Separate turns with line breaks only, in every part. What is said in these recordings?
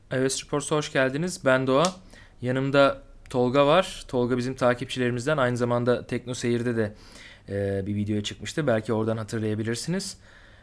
iOS Reports'a hoş geldiniz. Ben Doğa. Yanımda Tolga var. Tolga bizim takipçilerimizden. Aynı zamanda Tekno Seyir'de de bir videoya çıkmıştı. Belki oradan hatırlayabilirsiniz.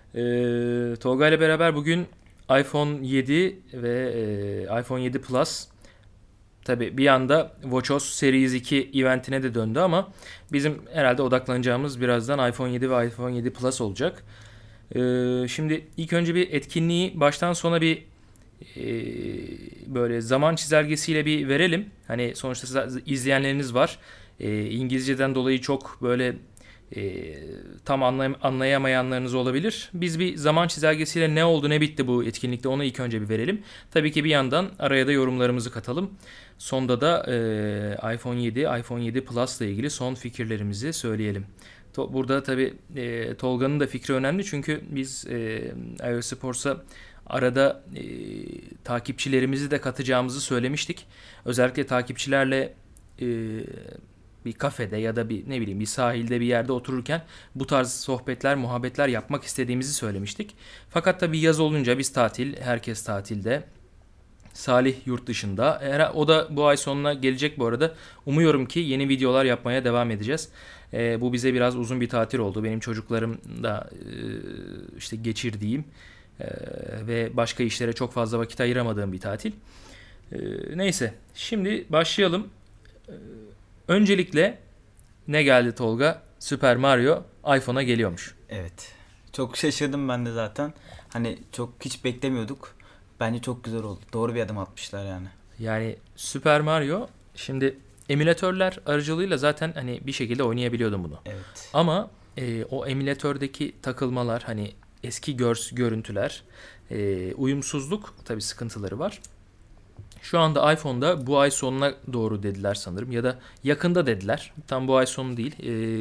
Tolga ile beraber bugün iPhone 7 ve iPhone 7 Plus, tabi bir yanda WatchOS Series 2 eventine de döndü ama bizim herhalde odaklanacağımız birazdan iPhone 7 ve iPhone 7 Plus olacak. Şimdi ilk önce bir etkinliği baştan sona bir e, böyle zaman çizelgesiyle bir verelim. Hani sonuçta izleyenleriniz var. İngilizceden dolayı çok böyle e, tam anlayamayanlarınız olabilir. Biz bir zaman çizelgesiyle ne oldu ne bitti bu etkinlikte onu ilk önce bir verelim. Tabii ki bir yandan araya da yorumlarımızı katalım. Sonda da iPhone 7, iPhone 7 Plus ile ilgili son fikirlerimizi söyleyelim. Burada tabii Tolga'nın da fikri önemli çünkü biz iOS Sports'a arada takipçilerimizi de katacağımızı söylemiştik. Özellikle takipçilerle e, bir kafede ya da bir ne bileyim bir sahilde bir yerde otururken bu tarz sohbetler, muhabbetler yapmak istediğimizi söylemiştik. Fakat tabii yaz olunca biz tatil, herkes tatilde. Salih yurt dışında. O da bu ay sonuna gelecek bu arada. Umuyorum ki yeni videolar yapmaya devam edeceğiz. Bu bize biraz uzun bir tatil oldu. Benim çocuklarım da işte geçirdiğim e, ve başka işlere çok fazla vakit ayıramadığım bir tatil. Neyse, şimdi başlayalım. E, Öncelikle ne geldi Tolga? Super Mario iPhone'a geliyormuş.
Evet. Çok şaşırdım ben de zaten. Hani çok hiç beklemiyorduk. Bence çok güzel oldu. Doğru bir adım atmışlar yani.
Yani Super Mario, şimdi emülatörler aracılığıyla zaten hani bir şekilde oynayabiliyordum bunu.
Evet.
Ama o emülatördeki takılmalar, hani eski görüntüler, uyumsuzluk tabii sıkıntıları var. Şu anda iPhone'da bu ay sonuna doğru dediler sanırım ya da yakında dediler. Tam bu ay sonu değil.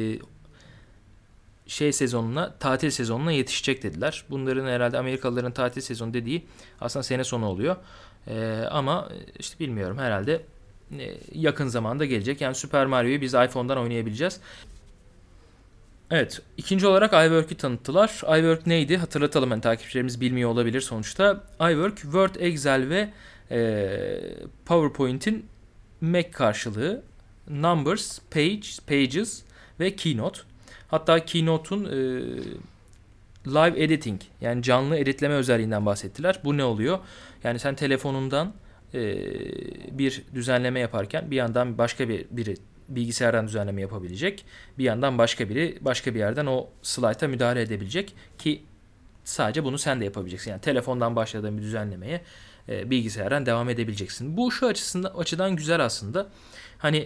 Tatil sezonuna yetişecek dediler. Bunların herhalde Amerikalıların tatil sezonu dediği aslında sene sonu oluyor. Ama işte bilmiyorum, herhalde yakın zamanda gelecek. Yani Super Mario'yu biz iPhone'dan oynayabileceğiz. Evet, ikinci olarak iWork'ü tanıttılar. iWork neydi? Hatırlatalım, yani takipçilerimiz bilmiyor olabilir sonuçta. iWork, Word, Excel ve PowerPoint'in Mac karşılığı. Numbers, Pages ve Keynote. Hatta Keynote'un live editing, yani canlı editleme özelliğinden bahsettiler. Bu ne oluyor? Yani sen telefonundan e, bir düzenleme yaparken bir yandan biri bilgisayardan düzenleme yapabilecek. Bir yandan başka biri başka bir yerden o slayta müdahale edebilecek ki sadece bunu sen de yapabileceksin. Yani telefondan başladığın bir düzenlemeye bilgisayardan devam edebileceksin. Bu şu açıdan güzel aslında. Hani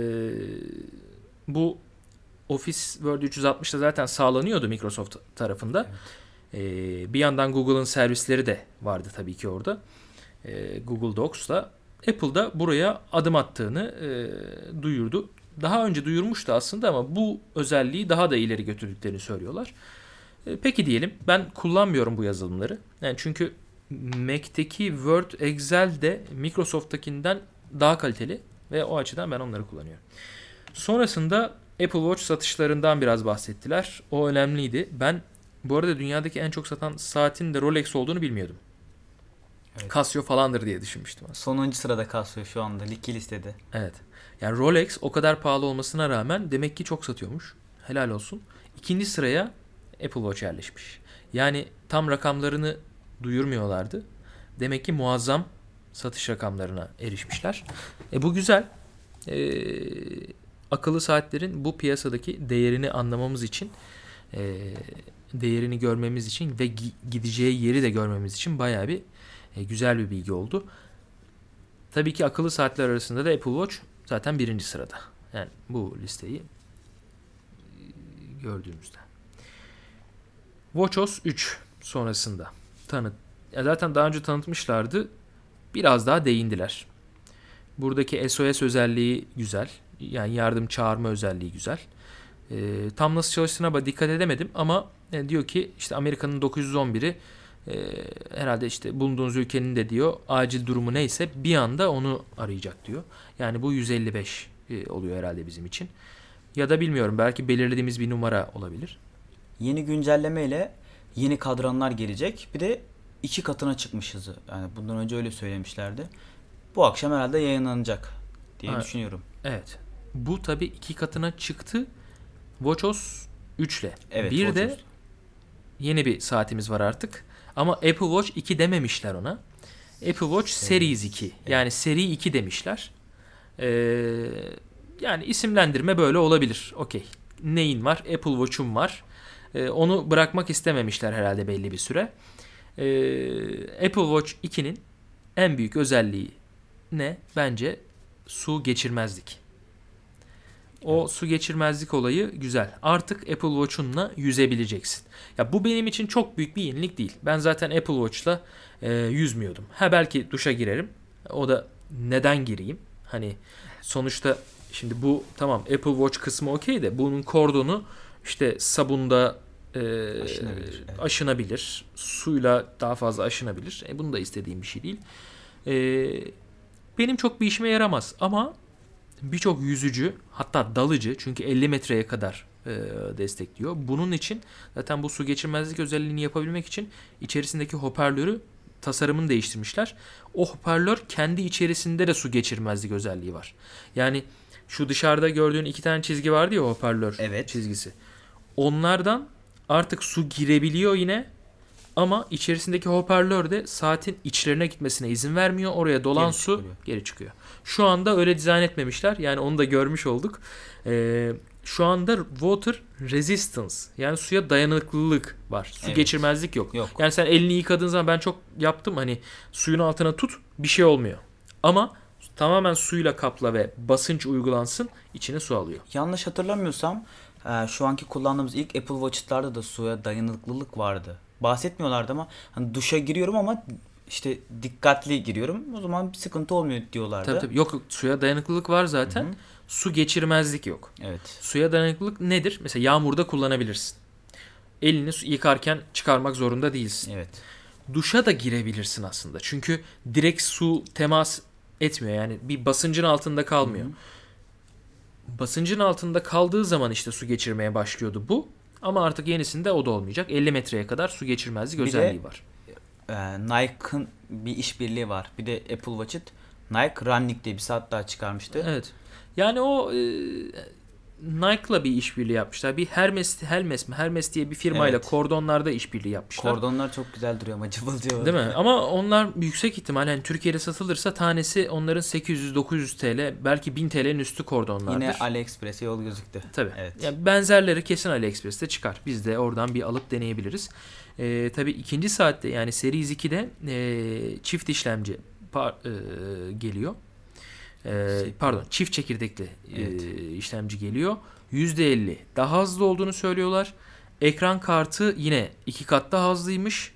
bu Office Word 360'da zaten sağlanıyordu Microsoft tarafında.
Evet.
Bir yandan Google'ın servisleri de vardı tabii ki orada. Google Docs'la. Apple'da buraya adım attığını duyurdu. Daha önce duyurmuştu aslında ama bu özelliği daha da ileri götürdüklerini söylüyorlar. Peki diyelim, ben kullanmıyorum bu yazılımları. Yani çünkü Mac'teki Word, Excel de Microsoft'takinden daha kaliteli ve o açıdan ben onları kullanıyorum. Sonrasında Apple Watch satışlarından biraz bahsettiler. O önemliydi. Ben bu arada dünyadaki en çok satan saatin de Rolex olduğunu bilmiyordum.
Evet.
Casio falandır diye düşünmüştüm aslında.
Sonuncu sırada kasıyor şu anda. Liki listede.
Evet. Yani Rolex o kadar pahalı olmasına rağmen demek ki çok satıyormuş. Helal olsun. İkinci sıraya Apple Watch yerleşmiş. Yani tam rakamlarını duyurmuyorlardı. Demek ki muazzam satış rakamlarına erişmişler. Bu güzel. E, Akıllı saatlerin bu piyasadaki değerini anlamamız için, e, değerini görmemiz için ve gideceği yeri de görmemiz için bayağı bir güzel bir bilgi oldu. Tabii ki akıllı saatler arasında da Apple Watch zaten birinci sırada. Yani bu listeyi gördüğümüzde. WatchOS 3 sonrasında zaten daha önce tanıtmışlardı. Biraz daha değindiler. Buradaki SOS özelliği güzel. Yani yardım çağırma özelliği güzel. Tam nasıl çalıştığına dikkat edemedim ama diyor ki işte Amerika'nın 911'i herhalde işte bulunduğunuz ülkenin de diyor acil durumu neyse bir anda onu arayacak diyor. Yani bu 155 oluyor herhalde bizim için. Ya da bilmiyorum, belki belirlediğimiz bir numara olabilir.
Yeni güncelleme ile yeni kadranlar gelecek. Bir de 2 katına çıkmış hızı. Yani bundan önce öyle söylemişlerdi. Bu akşam herhalde yayınlanacak diye
Ha,
düşünüyorum.
evet. Bu tabii 2 katına çıktı WatchOS 3 ile.
Evet,
Bir de
WatchOS.
yeni bir saatimiz var artık. Ama Apple Watch 2 dememişler ona. Apple Watch Series 2. Yani seri 2 demişler. Ee, yani isimlendirme böyle olabilir. Okey. Neyin var? Apple Watch'um var. Onu bırakmak istememişler herhalde belli bir süre. Apple Watch 2'nin en büyük özelliği ne? Bence su geçirmezlik. O su geçirmezlik olayı güzel. Artık Apple Watch'unla yüzebileceksin. Ya bu benim için çok büyük bir yenilik değil. Ben zaten Apple Watch'la yüzmüyordum. Ha belki duşa girerim. O da neden gireyim? Hani sonuçta şimdi bu tamam Apple Watch kısmı okey de bunun kordonu işte sabunda
Aşınabilir, evet.
aşınabilir. Suyla daha fazla aşınabilir. Bunu da istediğim bir şey değil. E, benim çok bir işime yaramaz ama birçok yüzücü hatta dalıcı çünkü 50 metreye kadar destekliyor. Bunun için zaten bu su geçirmezlik özelliğini yapabilmek için içerisindeki hoparlörü tasarımını değiştirmişler. O hoparlör kendi içerisinde de su geçirmezlik özelliği var. Yani şu dışarıda gördüğün 2 tane çizgi vardı ya hoparlör
Evet.
çizgisi. Onlardan artık su girebiliyor yine ama içerisindeki hoparlör de saatin içlerine gitmesine izin vermiyor. Oraya dolan
Geri
su
çıkarıyor.
geri çıkıyor. Şu anda öyle dizayn etmemişler. Yani onu da görmüş olduk. Şu anda water resistance yani suya dayanıklılık var. Su
Evet.
geçirmezlik yok.
Yok.
Yani sen elini yıkadığın zaman ben çok yaptım hani suyun altına tut bir şey olmuyor. Ama tamamen suyla kapla ve basınç uygulansın içine su alıyor.
Yanlış hatırlamıyorsam şu anki kullandığımız ilk Apple Watch'larda da suya dayanıklılık vardı. Bahsetmiyorlardı ama hani duşa giriyorum ama işte dikkatli giriyorum. O zaman bir sıkıntı olmuyor diyorlardı.
Tabii tabii. Yok suya dayanıklılık var zaten.
Hı hı.
Su geçirmezlik yok.
Evet.
Suya dayanıklılık nedir? Mesela yağmurda kullanabilirsin. Elini yıkarken çıkarmak zorunda değilsin.
Evet.
Duşa da girebilirsin aslında. Çünkü direkt su temas etmiyor. Yani bir basıncın altında kalmıyor.
Hı hı.
Basıncın altında kaldığı zaman işte su geçirmeye başlıyordu bu. Ama artık yenisinde o da olmayacak. 50 metreye kadar su geçirmezlik
Bir de
özelliği var.
Nike'ın bir işbirliği var. Bir de Apple Watch'ın Nike Running diye bir saat daha çıkarmıştı.
Evet. Yani o Nike'la bir işbirliği yapmışlar. Bir Hermes diye bir firmayla
Evet.
kordonlarda işbirliği yapmışlar.
Kordonlar çok güzel duruyor ama cıvıl cıvıl.
Değil mi? Ama onlar yüksek ihtimal hani Türkiye'de satılırsa tanesi onların 800-900 TL belki 1000 TL'nin üstü kordonlardır.
Yine AliExpress'e yol gözüktü.
Tabii.
Evet.
Yani benzerleri kesin AliExpress'te çıkar. Biz de oradan bir alıp deneyebiliriz. Tabii ikinci saatte yani Series 2'de çift işlemci geliyor. Pardon çift çekirdekli
Evet.
işlemci geliyor. %50 daha hızlı olduğunu söylüyorlar. Ekran kartı yine 2 kat daha hızlıymış.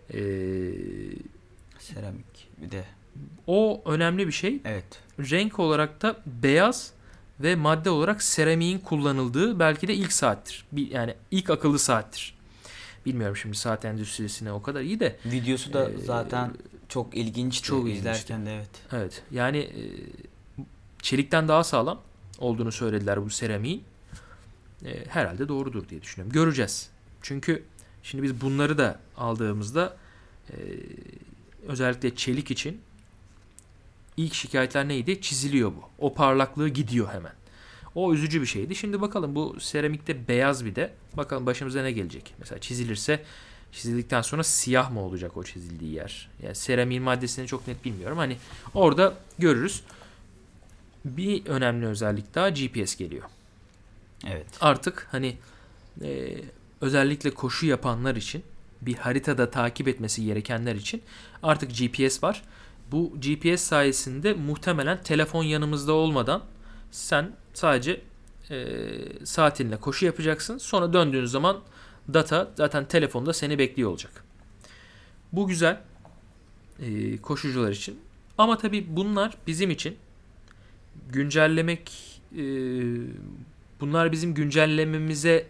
Seramik bir de.
O önemli bir şey.
Evet.
Renk olarak da beyaz ve madde olarak seramiğin kullanıldığı belki de ilk saattir. Yani ilk akıllı saattir. Bilmiyorum şimdi saat endüstrisine o kadar iyi de.
Videosu da zaten çok ilginçti.
çok ilginçti.
İzlerken de evet.
Evet yani çelikten daha sağlam olduğunu söylediler bu seramiğin. Herhalde doğrudur diye düşünüyorum. Göreceğiz. Çünkü şimdi biz bunları da aldığımızda özellikle çelik için ilk şikayetler neydi? Çiziliyor bu. O parlaklığı gidiyor hemen. O üzücü bir şeydi. Şimdi bakalım bu seramikte beyaz bir de. Bakalım başımıza ne gelecek? Mesela çizildikten sonra siyah mı olacak o çizildiği yer? Yani seramiğin maddesini çok net bilmiyorum. Hani orada görürüz. Bir önemli özellik daha GPS geliyor.
Evet.
Artık hani özellikle koşu yapanlar için bir haritada takip etmesi gerekenler için artık GPS var. Bu GPS sayesinde muhtemelen telefon yanımızda olmadan sen sadece saatinle koşu yapacaksın. Sonra döndüğün zaman data zaten telefonda seni bekliyor olacak. Bu güzel koşucular için. Ama tabii bunlar bizim için güncellemek bunlar bizim güncellememize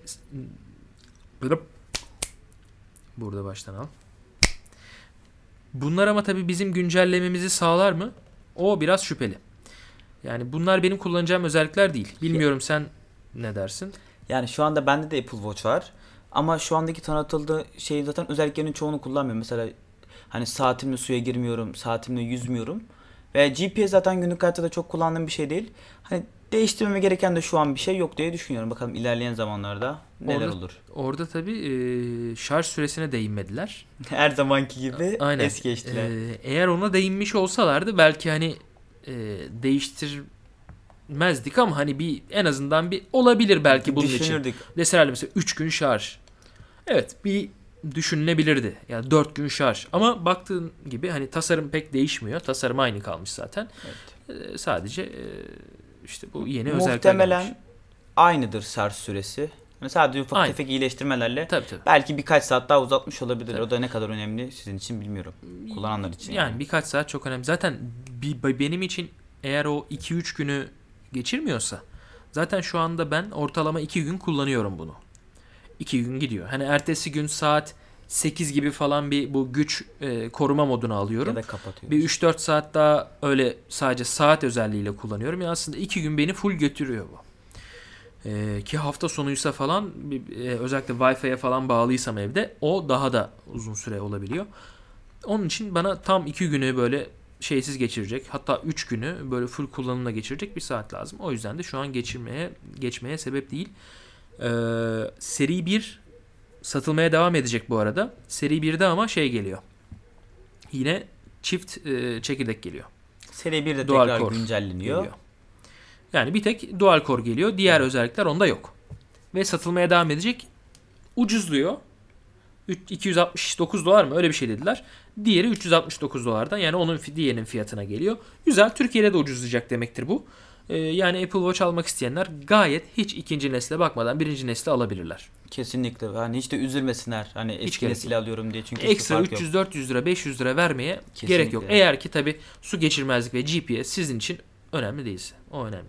burada baştan al. Bunlar ama tabii bizim güncellememizi sağlar mı? O biraz şüpheli. Yani bunlar benim kullanacağım özellikler değil. Bilmiyorum sen ne dersin?
Yani şu anda bende de Apple Watch var. Ama şu andaki tanıtıldığı şey zaten özelliklerinin çoğunu kullanmıyorum. Mesela Hani saatimle suya girmiyorum, saatimle yüzmüyorum. Ve GPS zaten günlük hayatta da çok kullandığım bir şey değil. Hani değiştirmeme gereken de şu an bir şey yok diye düşünüyorum. Bakalım ilerleyen zamanlarda neler
Orada
olur.
orada tabii şarj süresine değinmediler.
Her zamanki gibi
Aynen.
es geçtiler.
Eğer ona değinmiş olsalardı belki hani değiştirmezdik ama hani bir en azından bir olabilir belki bunun için.
Düşünürdük.
Deselerdi mesela 3 gün şarj. Evet, bir düşünülebilirdi. Yani 4 gün şarj. Ama baktığın gibi hani tasarım pek değişmiyor. Tasarım aynı kalmış zaten.
Evet.
Sadece işte bu yeni özellikler gelmiş.
Muhtemelen aynıdır şarj süresi. Hani sadece ufak
Aynı.
tefek iyileştirmelerle
Tabii tabii.
belki birkaç saat daha uzatmış olabilir.
Tabii.
O da ne kadar önemli sizin için bilmiyorum. Kullananlar için.
Yani birkaç saat çok önemli. Zaten benim için eğer o 2-3 günü geçirmiyorsa zaten şu anda ben ortalama 2 gün kullanıyorum bunu. 2 gün gidiyor. Hani ertesi gün saat 8 gibi falan bir bu güç koruma modunu alıyorum.
Ya da kapatıyoruz.
Bir 3-4 saat daha öyle sadece saat özelliğiyle kullanıyorum. Yani aslında 2 gün beni full götürüyor bu. Ki hafta sonuysa falan özellikle Wi-Fi'ye falan bağlıysam evde o daha da uzun süre olabiliyor. Onun için bana tam 2 günü böyle şeysiz geçirecek, hatta 3 günü böyle full kullanımla geçirecek bir saat lazım. O yüzden de şu an geçmeye sebep değil. Seri 1 satılmaya devam edecek bu arada. Seri 1'de ama şey geliyor. Yine çift çekirdek geliyor.
Seri 1'de
Dual
tekrar
core
güncelleniyor.
geliyor. Yani bir tek dual core geliyor. Diğer özellikler onda yok. Ve satılmaya devam edecek. Ucuzluyor. 269 dolar mı? Öyle bir şey dediler. Diğeri 369 dolardan. Yani onun diğerinin fiyatına geliyor. Güzel. Türkiye'de de ucuzlayacak demektir bu. Yani Apple Watch almak isteyenler gayet hiç ikinci nesle bakmadan birinci nesli alabilirler.
Kesinlikle. Hani hiç de üzülmesinler. Hani eski
gerek
nesil alıyorum diye. Çünkü
Ekstra
hiçbir fark yok.
300-400 lira 500 lira vermeye
Kesinlikle.
gerek yok. Eğer ki tabi su geçirmezlik ve GPS sizin için önemli değilse. O önemli.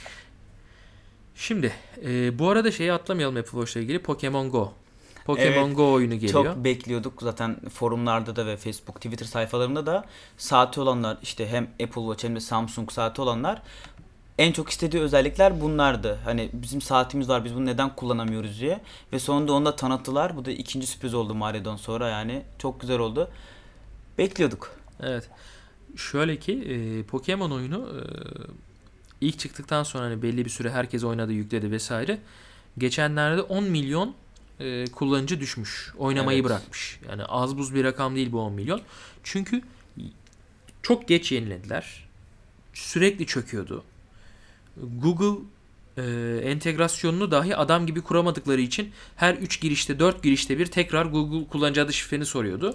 Şimdi bu arada şeyi atlamayalım Apple Watch ile ilgili. Pokemon Go. Pokemon
Evet,
Go oyunu geliyor.
Çok bekliyorduk zaten forumlarda da ve Facebook, Twitter sayfalarında da saati olanlar işte hem Apple Watch hem de Samsung saati olanlar en çok istediği özellikler bunlardı. Hani bizim saatimiz var biz bunu neden kullanamıyoruz diye. Ve sonunda onu da tanıttılar. Bu da ikinci sürpriz oldu Mario'dan sonra yani. Çok güzel oldu. Bekliyorduk.
Evet. Şöyle ki Pokemon oyunu ilk çıktıktan sonra hani belli bir süre herkes oynadı, yükledi vesaire. Geçenlerde 10 milyon kullanıcı düşmüş. Oynamayı
Evet.
bırakmış. Yani az buz bir rakam değil bu 10 milyon. Çünkü çok geç yenilediler. Sürekli çöküyordu. Google entegrasyonunu dahi adam gibi kuramadıkları için her 3 girişte 4 girişte bir tekrar Google kullanıcı adı şifreni soruyordu.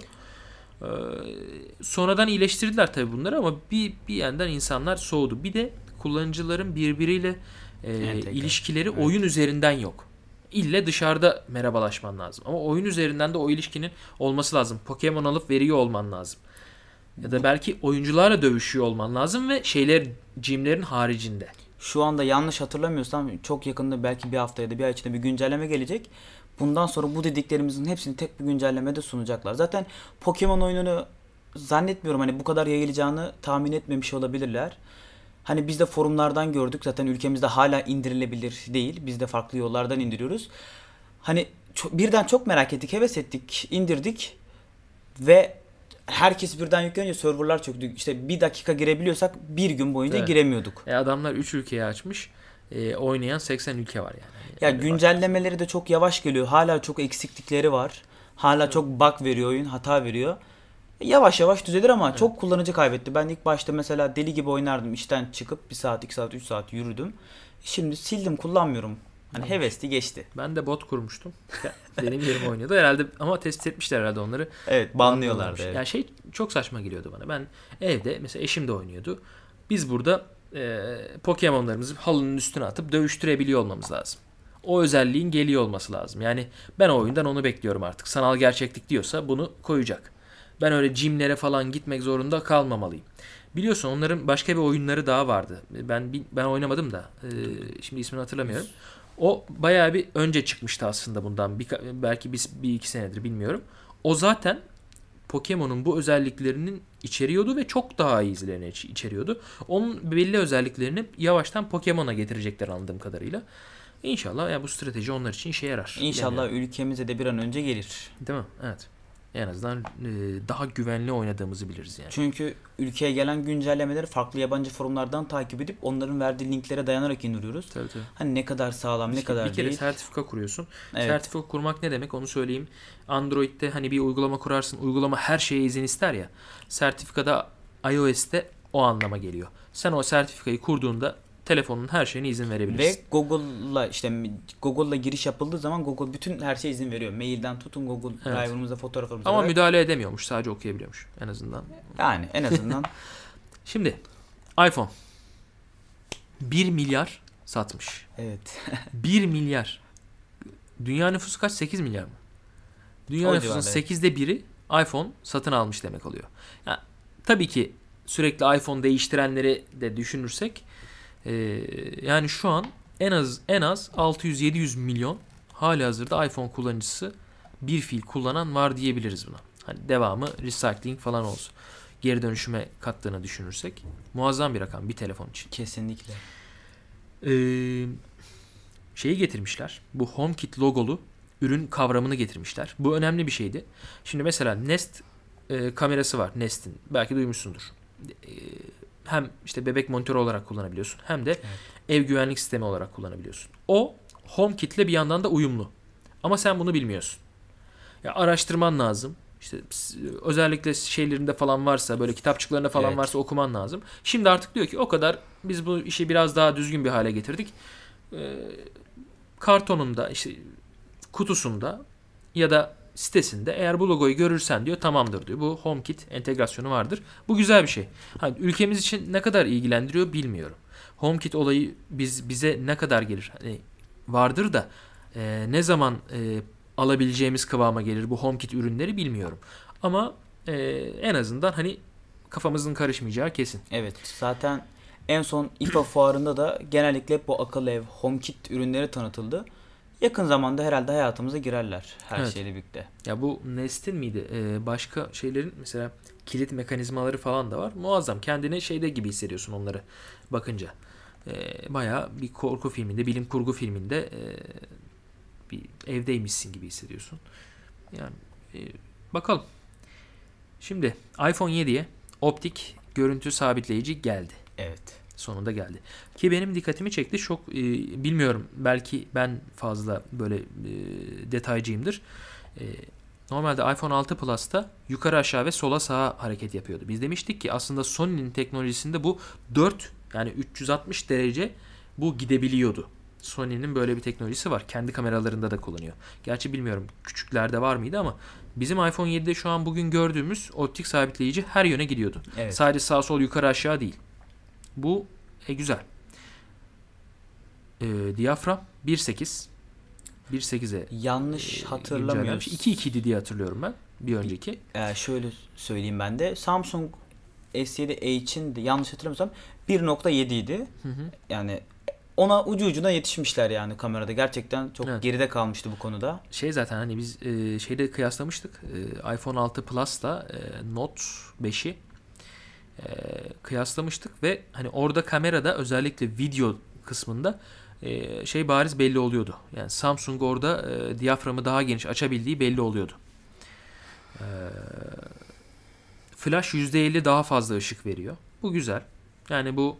Sonradan iyileştirdiler tabii bunları ama bir yandan insanlar soğudu. Bir de kullanıcıların birbiriyle ilişkileri
Evet.
oyun üzerinden yok. İlle dışarıda merhabalaşman lazım. Ama oyun üzerinden de o ilişkinin olması lazım. Pokemon alıp veriyor olman lazım. Ya da belki oyuncularla dövüşüyor olman lazım ve gymlerin haricinde.
Şu anda yanlış hatırlamıyorsam çok yakında belki bir hafta ya da bir ay içinde bir güncelleme gelecek. Bundan sonra bu dediklerimizin hepsini tek bir güncellemede sunacaklar. Zaten Pokemon oyununu zannetmiyorum hani bu kadar yayılacağını tahmin etmemiş olabilirler. Hani biz de forumlardan gördük. Zaten ülkemizde hala indirilebilir değil. Biz de farklı yollardan indiriyoruz. Hani birden çok merak ettik, heves ettik, indirdik ve herkes birden yüklenince serverlar çöktü. İşte bir dakika girebiliyorsak bir gün boyunca
Evet.
giremiyorduk.
Adamlar 3 ülkeyi açmış. Oynayan 80 ülke var yani.
Ya
Öyle bak.
güncellemeleri de çok yavaş geliyor. Hala çok eksiklikleri var. Hala çok bug veriyor oyun, hata veriyor. Yavaş yavaş düzelir ama çok kullanıcı kaybetti. Ben ilk başta mesela deli gibi oynardım. İşten çıkıp 1 saat, 2 saat, 3 saat yürüdüm. Şimdi sildim, kullanmıyorum. Hani hevesli geçti.
Ben de bot kurmuştum. Benim yerime oynuyordu herhalde ama tespit etmişler herhalde onları.
Evet, banlıyorlardı. Evet.
Yani şey çok saçma geliyordu bana. Ben evde mesela eşim de oynuyordu. Biz burada Pokemon'larımızı halının üstüne atıp dövüştürebiliyor olmamız lazım. O özelliğin geliyor olması lazım. Yani ben o oyundan onu bekliyorum artık. Sanal gerçeklik diyorsa bunu koyacak. Ben öyle gymlere falan gitmek zorunda kalmamalıyım. Biliyorsun onların başka bir oyunları daha vardı. Ben oynamadım da şimdi ismini hatırlamıyorum. O bayağı bir önce çıkmıştı aslında bundan. Belki bir iki senedir bilmiyorum. O zaten Pokemon'un bu özelliklerinin içeriyordu ve çok daha iyilerini içeriyordu. Onun belli özelliklerini yavaştan Pokemon'a getirecekler anladığım kadarıyla. İnşallah ya bu strateji onlar için işe yarar.
İnşallah
Bilemiyorum.
ülkemize de bir an önce gelir.
Değil mi? Evet. En azından daha güvenli oynadığımızı biliriz yani.
Çünkü ülkeye gelen güncellemeleri farklı yabancı forumlardan takip edip onların verdiği linklere dayanarak indiriyoruz.
Tabii tabii.
Hani ne kadar sağlam, ne kadar
Bir kere
değil.
sertifika kuruyorsun.
Evet.
Sertifika kurmak ne demek onu söyleyeyim. Android'de hani bir uygulama kurarsın. Uygulama her şeye izin ister ya. Sertifikada iOS'te o anlama geliyor. Sen o sertifikayı kurduğunda telefonun her şeyine izin verebilirsin.
Ve Google'la giriş yapıldığı zaman Google bütün her şeye izin veriyor. Mailden tutun Google
Evet.
Drive'ımıza, fotoğraflarımıza
Ama
kadar.
müdahale edemiyormuş. Sadece okuyabiliyormuş en azından.
Yani en azından
Şimdi iPhone 1 milyar satmış.
evet.
1 milyar. Dünya nüfusu kaç? 8 milyar mı? Dünya
O
nüfusunun
civarda, evet.
8'de biri iPhone satın almış demek oluyor. Yani, tabii ki sürekli iPhone değiştirenleri de düşünürsek yani şu an en az 600-700 milyon halihazırda iPhone kullanıcısı bir fiil kullanan var diyebiliriz buna. Hani devamı recycling falan olsun. Geri dönüşüme kattığını düşünürsek muazzam bir rakam bir telefon için.
Kesinlikle.
Şeyi getirmişler. Bu HomeKit logolu ürün kavramını getirmişler. Bu önemli bir şeydi. Şimdi mesela Nest kamerası var. Nest'in. Belki duymuşsundur. Hem işte bebek monitörü olarak kullanabiliyorsun. Hem de
Evet.
ev güvenlik sistemi olarak kullanabiliyorsun. O HomeKit'le bir yandan da uyumlu. Ama sen bunu bilmiyorsun. Ya araştırman lazım. İşte özellikle şeylerinde falan varsa böyle kitapçıklarında falan
Evet.
varsa okuman lazım. Şimdi artık diyor ki o kadar biz bu işi biraz daha düzgün bir hale getirdik. Kartonunda işte kutusunda ya da sitesinde eğer bu logoyu görürsen diyor tamamdır diyor. Bu HomeKit entegrasyonu vardır. Bu güzel bir şey. Hani ülkemiz için ne kadar ilgilendiriyor bilmiyorum. HomeKit olayı bize ne kadar gelir? Hani vardır da ne zaman alabileceğimiz kıvama gelir bu HomeKit ürünleri bilmiyorum. Ama en azından hani kafamızın karışmayacağı kesin.
Evet. Zaten en son IFA fuarında da genellikle bu akıllı ev, HomeKit ürünleri tanıtıldı. Yakın zamanda herhalde hayatımıza girerler her
Evet.
şeyle birlikte.
Ya bu Nest'in miydi? Başka şeylerin mesela kilit mekanizmaları falan da var. Muazzam. Kendini şeyde gibi hissediyorsun onları bakınca. Bayağı bir korku filminde, bilim kurgu filminde bir evdeymişsin gibi hissediyorsun. Yani bakalım. Şimdi iPhone 7'ye optik görüntü sabitleyici geldi.
Evet.
Sonunda geldi. Ki benim dikkatimi çekti. Çok bilmiyorum. Belki ben fazla böyle detaycıyımdır. Normalde iPhone 6 Plus'ta yukarı aşağı ve sola sağa hareket yapıyordu. Biz demiştik ki aslında Sony'nin teknolojisinde bu 4 yani 360 derece bu gidebiliyordu. Sony'nin böyle bir teknolojisi var. Kendi kameralarında da kullanıyor. Gerçi bilmiyorum küçüklerde var mıydı ama bizim iPhone 7'de şu an bugün gördüğümüz optik sabitleyici her yöne gidiyordu.
Evet.
Sadece sağ sol yukarı aşağı değil. Bu güzel. Diyafram 1.8. 1.8'e
Yanlış hatırlamıyoruz.
2.2 idi diye hatırlıyorum ben. Bir önceki.
Şöyle söyleyeyim ben de. Samsung S7 Edge'in de yanlış hatırlamıyorsam 1.7 idi.
Hı hı.
Yani ona ucu ucuna yetişmişler yani kamerada. Gerçekten çok
Evet.
geride kalmıştı bu konuda.
Şey zaten hani biz şeyde kıyaslamıştık. iPhone 6 Plus'la Note 5'i kıyaslamıştık ve hani orada kamerada özellikle video kısmında şey bariz belli oluyordu. Yani Samsung orada diyaframı daha geniş açabildiği belli oluyordu. Flash %50 daha fazla ışık veriyor. Bu güzel. Yani bu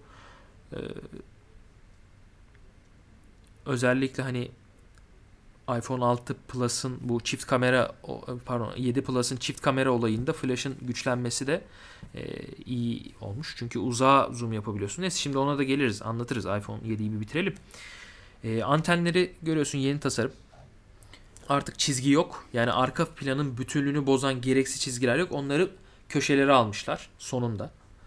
özellikle hani iPhone 6 Plus'ın bu çift kamera 7 Plus'ın çift kamera olayında flash'ın güçlenmesi de iyi olmuş. Çünkü uzağa zoom yapabiliyorsun. Neyse şimdi ona da geliriz, anlatırız. iPhone 7'yi bir bitirelim. Antenleri görüyorsun, yeni tasarım. Artık çizgi yok. Yani arka planın bütünlüğünü bozan gereksiz çizgiler yok. Onları köşelere almışlar sonunda.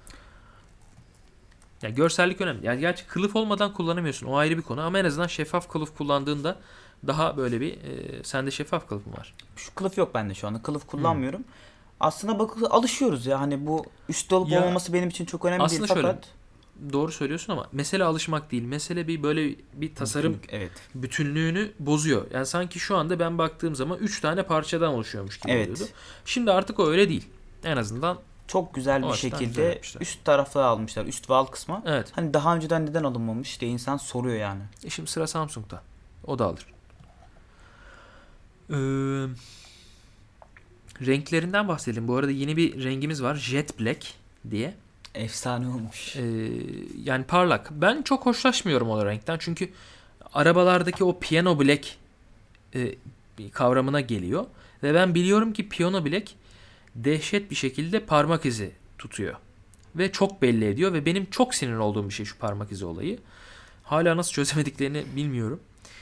Yani görsellik önemli. Yani gerçi kılıf olmadan kullanamıyorsun. O ayrı bir konu ama en azından şeffaf kılıf kullandığında daha böyle bir sende şeffaf kılıf mı var?
Şu kılıf yok bende şu anda. Kılıf kullanmıyorum. Aslında bakıp alışıyoruz ya. Hani bu üst olup
Ya,
olmaması benim için çok önemli değil.
aslında şöyle,
Fakat
doğru söylüyorsun ama mesele alışmak değil. Mesele bir böyle bir tasarım
evet.
bütünlüğünü bozuyor. Yani sanki şu anda ben baktığım zaman 3 tane parçadan oluşuyormuş gibi
Evet.
oluyordu. Şimdi artık o öyle değil. En azından
Çok güzel
o
bir
açıdan güzel
şekilde
yapmışlar.
üst tarafı almışlar. Üst ve alt kısma.
evet.
Hani daha önceden neden alınmamış diye insan soruyor yani.
Şimdi sıra Samsung'da. O da alır. Renklerinden bahsedelim. Bu arada yeni bir rengimiz var. Jet Black diye.
Efsane olmuş.
Yani parlak. Ben çok hoşlaşmıyorum o renkten. Çünkü arabalardaki o piano black kavramına geliyor. Ve ben biliyorum ki piano black dehşet bir şekilde parmak izi tutuyor. Ve çok belli ediyor. Ve benim çok sinir olduğum bir şey şu parmak izi olayı. Hala nasıl çözemediklerini bilmiyorum.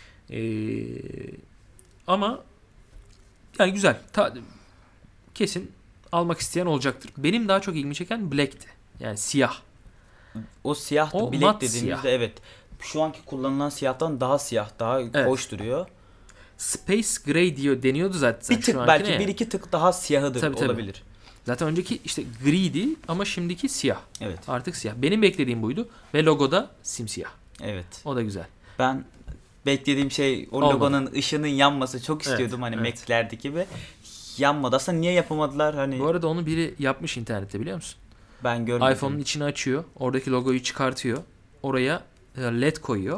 Ama yani güzel. Kesin almak isteyen olacaktır. Benim daha çok ilgimi çeken black'ti. Yani siyah.
O siyah
O
da
mat
black dediğimizde
siyah.
evet. Şu anki kullanılan siyahtan daha siyah, daha
Evet.
hoş duruyor.
Space Gray deniyordu zaten
Bir tık
şu ankine
belki
ya.
bir iki tık daha siyahıdır
Tabii.
olabilir.
Zaten önceki işte griydi ama şimdiki siyah.
Evet.
Artık siyah. Benim beklediğim buydu. Ve logoda simsiyah.
Evet.
O da güzel.
Ben beklediğim şey o
Olmadı.
logonun ışının yanması çok istiyordum hani
evet.
Mac'lerdeki gibi. Yanmadı. Aslında niye yapamadılar hani
Bu arada onu biri yapmış internette biliyor musun?
ben görmedim.
iPhone'un içini açıyor. Oradaki logoyu çıkartıyor. Oraya LED koyuyor.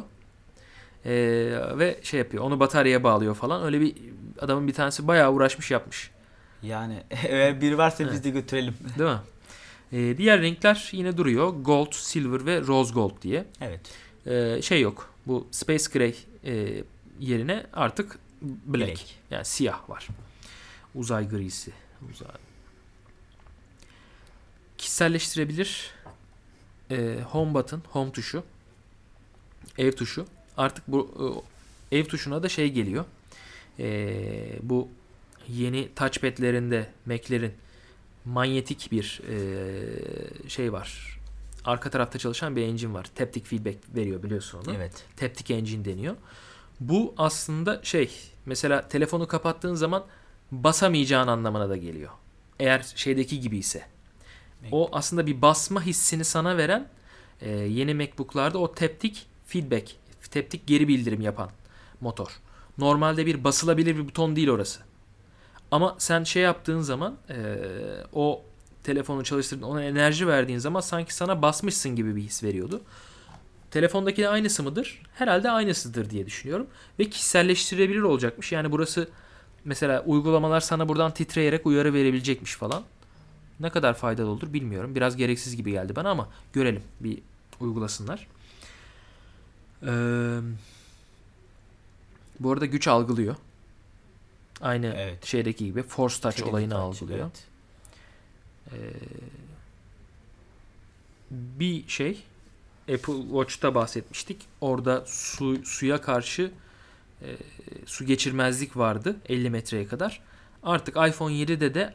Ve şey yapıyor. Onu bataryaya bağlıyor falan. Öyle bir adamın bir tanesi bayağı uğraşmış yapmış.
Yani eğer biri varsa
Evet.
biz de götürelim.
Değil mi? Diğer renkler yine duruyor. Gold, Silver ve Rose Gold diye.
Evet.
Şey yok. Bu Space Gray yerine artık Black.
Black.
Yani siyah var. Uzay grisi. Kişiselleştirebilir. Home button, home tuşu. Ev tuşu. Artık bu ev tuşuna da şey geliyor. Bu yeni touchpad'lerinde Mac'lerin manyetik bir şey var. Arka tarafta çalışan bir engine var. Taptic feedback veriyor biliyorsun onu.
Evet.
Taptic engine deniyor. Bu aslında mesela telefonu kapattığın zaman basamayacağın anlamına da geliyor. Eğer şeydeki gibi ise. O aslında bir basma hissini sana veren yeni MacBook'larda o taptic feedback, taptic geri bildirim yapan motor. Normalde bir basılabilir bir buton değil orası. Ama sen şey yaptığın zaman o telefonu çalıştırdığın, ona enerji verdiğin zaman sanki sana basmışsın gibi bir his veriyordu. Telefondaki de aynısı mıdır? Herhalde aynısıdır diye düşünüyorum. Ve kişiselleştirebilir olacakmış. Yani burası mesela uygulamalar sana buradan titreyerek uyarı verebilecekmiş falan. Ne kadar faydalı olur bilmiyorum. Biraz gereksiz gibi geldi bana ama görelim. Bir uygulasınlar. Bu arada güç algılıyor. Aynı
Evet.
şeydeki gibi Force Touch
Freedom
olayını
Touch,
algılıyor.
evet.
Bir şey Apple Watch'ta bahsetmiştik. Orada suya karşı su geçirmezlik vardı 50 metreye kadar. Artık iPhone 7'de de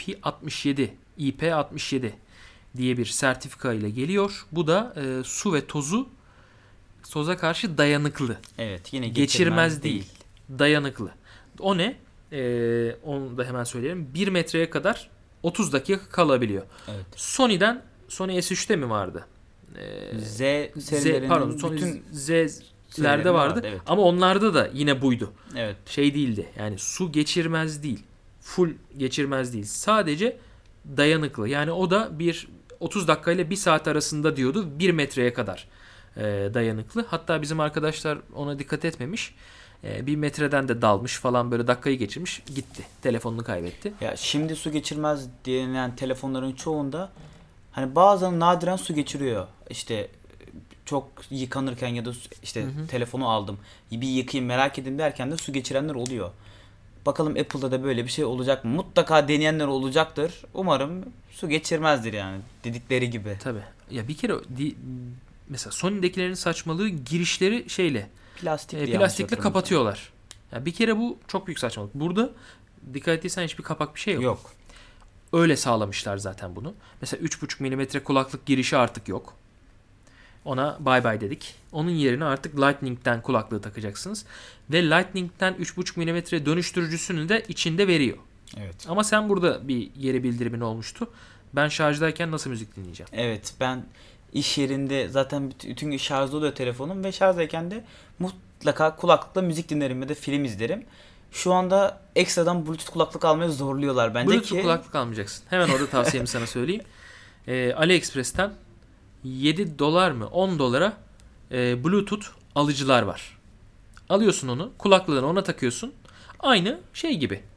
IP67 diye bir sertifika ile geliyor. Bu da su ve toza karşı dayanıklı.
Evet, yine
Geçirmez değil. Dayanıklı. O ne? Onu da hemen söyleyelim. 1 metreye kadar 30 dakika kalabiliyor.
Evet.
Sony S3'te mi vardı?
Z serilerinin bütün
Z'lerde vardı.
Evet.
Ama onlarda da yine buydu.
Evet.
Şey değildi. Yani su geçirmez değil. Full geçirmez değil. Sadece dayanıklı. Yani o da 30 dakika ile 1 saat arasında diyordu. 1 metreye kadar dayanıklı. Hatta bizim arkadaşlar ona dikkat etmemiş. 1 metreden de dalmış falan böyle dakikayı geçirmiş. Gitti. Telefonunu kaybetti.
Ya şimdi su geçirmez denilen telefonların çoğunda hani bazen nadiren su geçiriyor. İşte çok yıkanırken ya da işte telefonu aldım. Bir yıkayayım merak edeyim derken de su geçirenler oluyor. Bakalım Apple'da da böyle bir şey olacak mı? Mutlaka deneyenler olacaktır. Umarım su geçirmezdir yani dedikleri gibi.
Tabii. Ya bir kere mesela Sony'dekilerin saçmalığı girişleri plastikle kapatıyorlar. Ya bir kere bu çok büyük saçmalık. Burada dikkat ettiysen hiçbir kapak bir şey yok.
Yok.
Öyle sağlamışlar zaten bunu. Mesela 3.5 mm kulaklık girişi artık yok. Ona bye bye dedik. Onun yerine artık Lightning'den kulaklığı takacaksınız. Ve Lightning'den 3.5 mm dönüştürücüsünü de içinde veriyor.
Evet.
Ama sen burada bir geri bildirimin olmuştu. Ben şarjdayken nasıl müzik dinleyeceğim?
Evet, ben iş yerinde zaten bütün gün şarjda oluyor telefonum ve şarjdayken de mutlaka kulaklıkla müzik dinlerim ya da film izlerim. Şu anda ekstradan Bluetooth kulaklık almaya zorluyorlar bence
Bluetooth
ki.
kulaklık almayacaksın. Hemen orada tavsiyemi sana söyleyeyim. AliExpress'ten $7 mı 10 dolara Bluetooth alıcılar var. Alıyorsun onu, kulaklığını ona takıyorsun. Aynı şey gibi.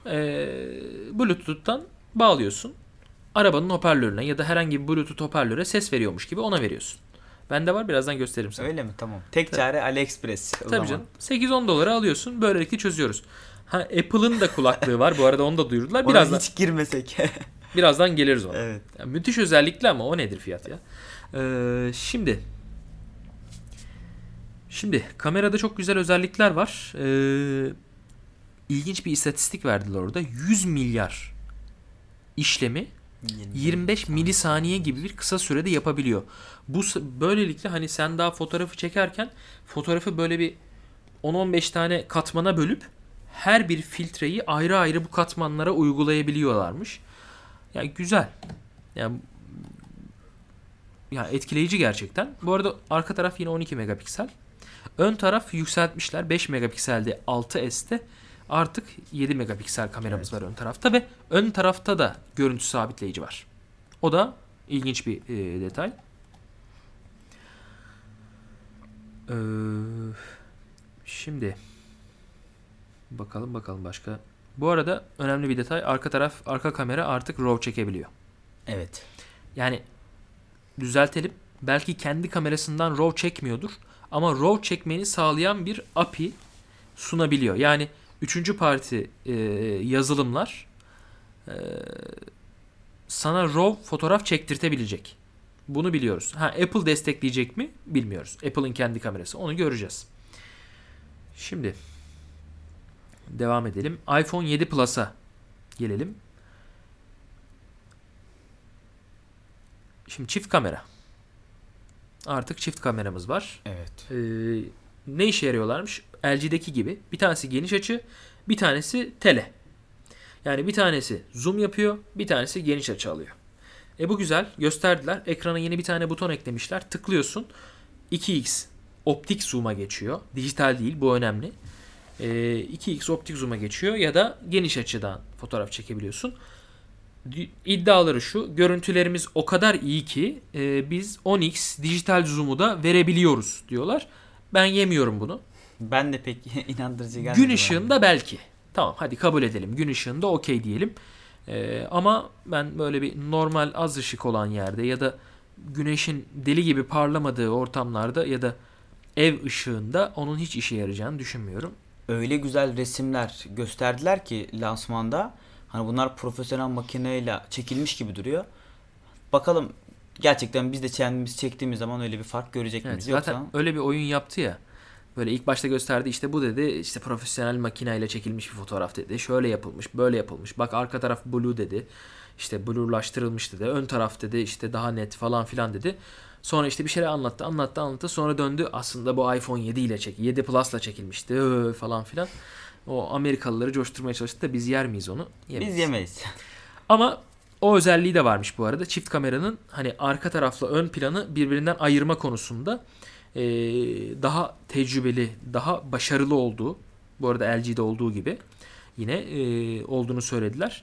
Bluetooth'tan bağlıyorsun. Arabanın hoparlörüne ya da herhangi bir Bluetooth hoparlöre ses veriyormuş gibi ona veriyorsun. Bende var, birazdan gösteririm sana.
Öyle mi? Tamam. Tek çare AliExpress o
Tabii
zaman.
canım. 8-10 dolara alıyorsun. Böylelikle çözüyoruz. Ha, Apple'ın da kulaklığı var. Bu arada onu da duyurdular.
Ona hiç girmesek.
Birazdan geliriz ona.
Evet.
Ya, müthiş özellikli ama o nedir fiyat ya? Şimdi kamerada çok güzel özellikler var. İlginç bir istatistik verdiler orada. 100 milyar işlemi 25 milisaniye gibi bir kısa sürede yapabiliyor. Böylelikle hani sen daha fotoğrafı çekerken fotoğrafı böyle bir 10-15 tane katmana bölüp her bir filtreyi ayrı ayrı bu katmanlara uygulayabiliyorlarmış. Yani güzel. Yani etkileyici gerçekten. Bu arada arka taraf yine 12 megapiksel. Ön taraf yükseltmişler. 5 megapikseldi 6S'te. Artık 7 megapiksel kameramız var ön tarafta ve ön tarafta da görüntü sabitleyici var. O da ilginç bir detay. Şimdi bakalım başka. Bu arada önemli bir detay, arka kamera artık RAW çekebiliyor.
Evet.
Yani düzeltelim. Belki kendi kamerasından RAW çekmiyordur ama RAW çekmeni sağlayan bir API sunabiliyor. Yani üçüncü parti yazılımlar sana RAW fotoğraf çektirtebilecek. Bunu biliyoruz. Apple destekleyecek mi? Bilmiyoruz. Apple'ın kendi kamerası. Onu göreceğiz. Şimdi devam edelim. iPhone 7 Plus'a gelelim. Şimdi çift kamera. Artık çift kameramız var.
Evet.
Ne işe yarıyorlarmış? LG'deki gibi. Bir tanesi geniş açı, bir tanesi tele. Yani bir tanesi zoom yapıyor, bir tanesi geniş açı alıyor. Bu güzel. Gösterdiler. Ekrana yeni bir tane buton eklemişler. Tıklıyorsun. 2x optik zoom'a geçiyor. Dijital değil. Bu önemli. 2x optik zoom'a geçiyor ya da geniş açıdan fotoğraf çekebiliyorsun. İddiaları şu: görüntülerimiz o kadar iyi ki biz 10x dijital zoom'u da verebiliyoruz diyorlar. Ben yemiyorum bunu.
Ben de pek inandırıcı gelmedi.
Gün ışığında belki. Tamam, hadi kabul edelim. Gün ışığında okey diyelim. Ama ben böyle bir normal az ışık olan yerde ya da güneşin deli gibi parlamadığı ortamlarda ya da ev ışığında onun hiç işe yarayacağını düşünmüyorum.
Öyle güzel resimler gösterdiler ki lansmanda. Hani bunlar profesyonel makineyle çekilmiş gibi duruyor. Bakalım gerçekten biz de kendimiz çektiğimiz zaman öyle bir fark görecek miyiz?
Zaten
Yoksa
öyle bir oyun yaptı ya. Böyle ilk başta gösterdi, işte bu dedi, işte profesyonel makineyle çekilmiş bir fotoğraf dedi. Şöyle yapılmış, böyle yapılmış. Bak arka taraf blue dedi. İşte blurlaştırılmış dedi. Ön taraf dedi işte daha net falan filan dedi. Sonra işte bir şeyler anlattı. Sonra döndü. Aslında bu iPhone 7 ile 7 Plus'la çekilmişti falan filan. O Amerikalıları coşturmaya çalıştı da biz yer miyiz onu? Yemeyiz.
biz yemeyiz.
Ama o özelliği de varmış bu arada. Çift kameranın hani arka tarafla ön planı birbirinden ayırma konusunda daha tecrübeli, daha başarılı olduğu, bu arada LG'de olduğu gibi yine olduğunu söylediler.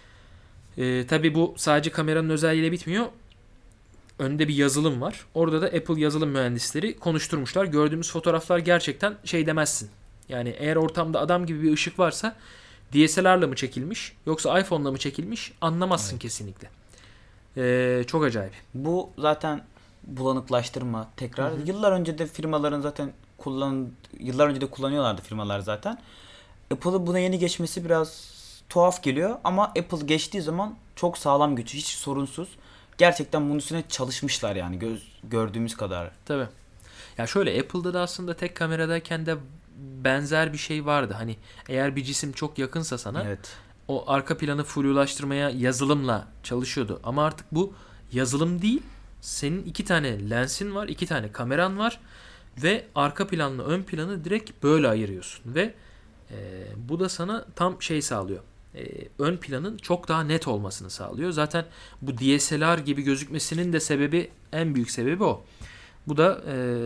Tabii bu sadece kameranın özelliğiyle bitmiyor. Önde bir yazılım var. Orada da Apple yazılım mühendisleri konuşturmuşlar. Gördüğümüz fotoğraflar gerçekten şey demezsin. Yani eğer ortamda adam gibi bir ışık varsa DSLR'la mı çekilmiş yoksa iPhone'la mı çekilmiş anlamazsın kesinlikle. Çok acayip.
Bu zaten bulanıklaştırma tekrar. Yıllar önce de firmaların zaten yıllar önce de kullanıyorlardı firmalar zaten. Apple'ın buna yeni geçmesi biraz tuhaf geliyor ama Apple geçtiği zaman çok sağlam geçiyor. Hiç sorunsuz. Gerçekten bunun üstüne çalışmışlar yani gördüğümüz kadar.
Tabii. Ya şöyle, Apple'da da aslında tek kameradayken de benzer bir şey vardı. Hani eğer bir cisim çok yakınsa sana
Evet.
o arka planı flulaştırmaya yazılımla çalışıyordu. Ama artık bu yazılım değil. Senin 2 tane lensin var, 2 tane kameran var ve arka planla ön planı direkt böyle ayırıyorsun ve bu da sana tam şey sağlıyor. Ön planın çok daha net olmasını sağlıyor. Zaten bu DSLR gibi gözükmesinin de en büyük sebebi o. Bu da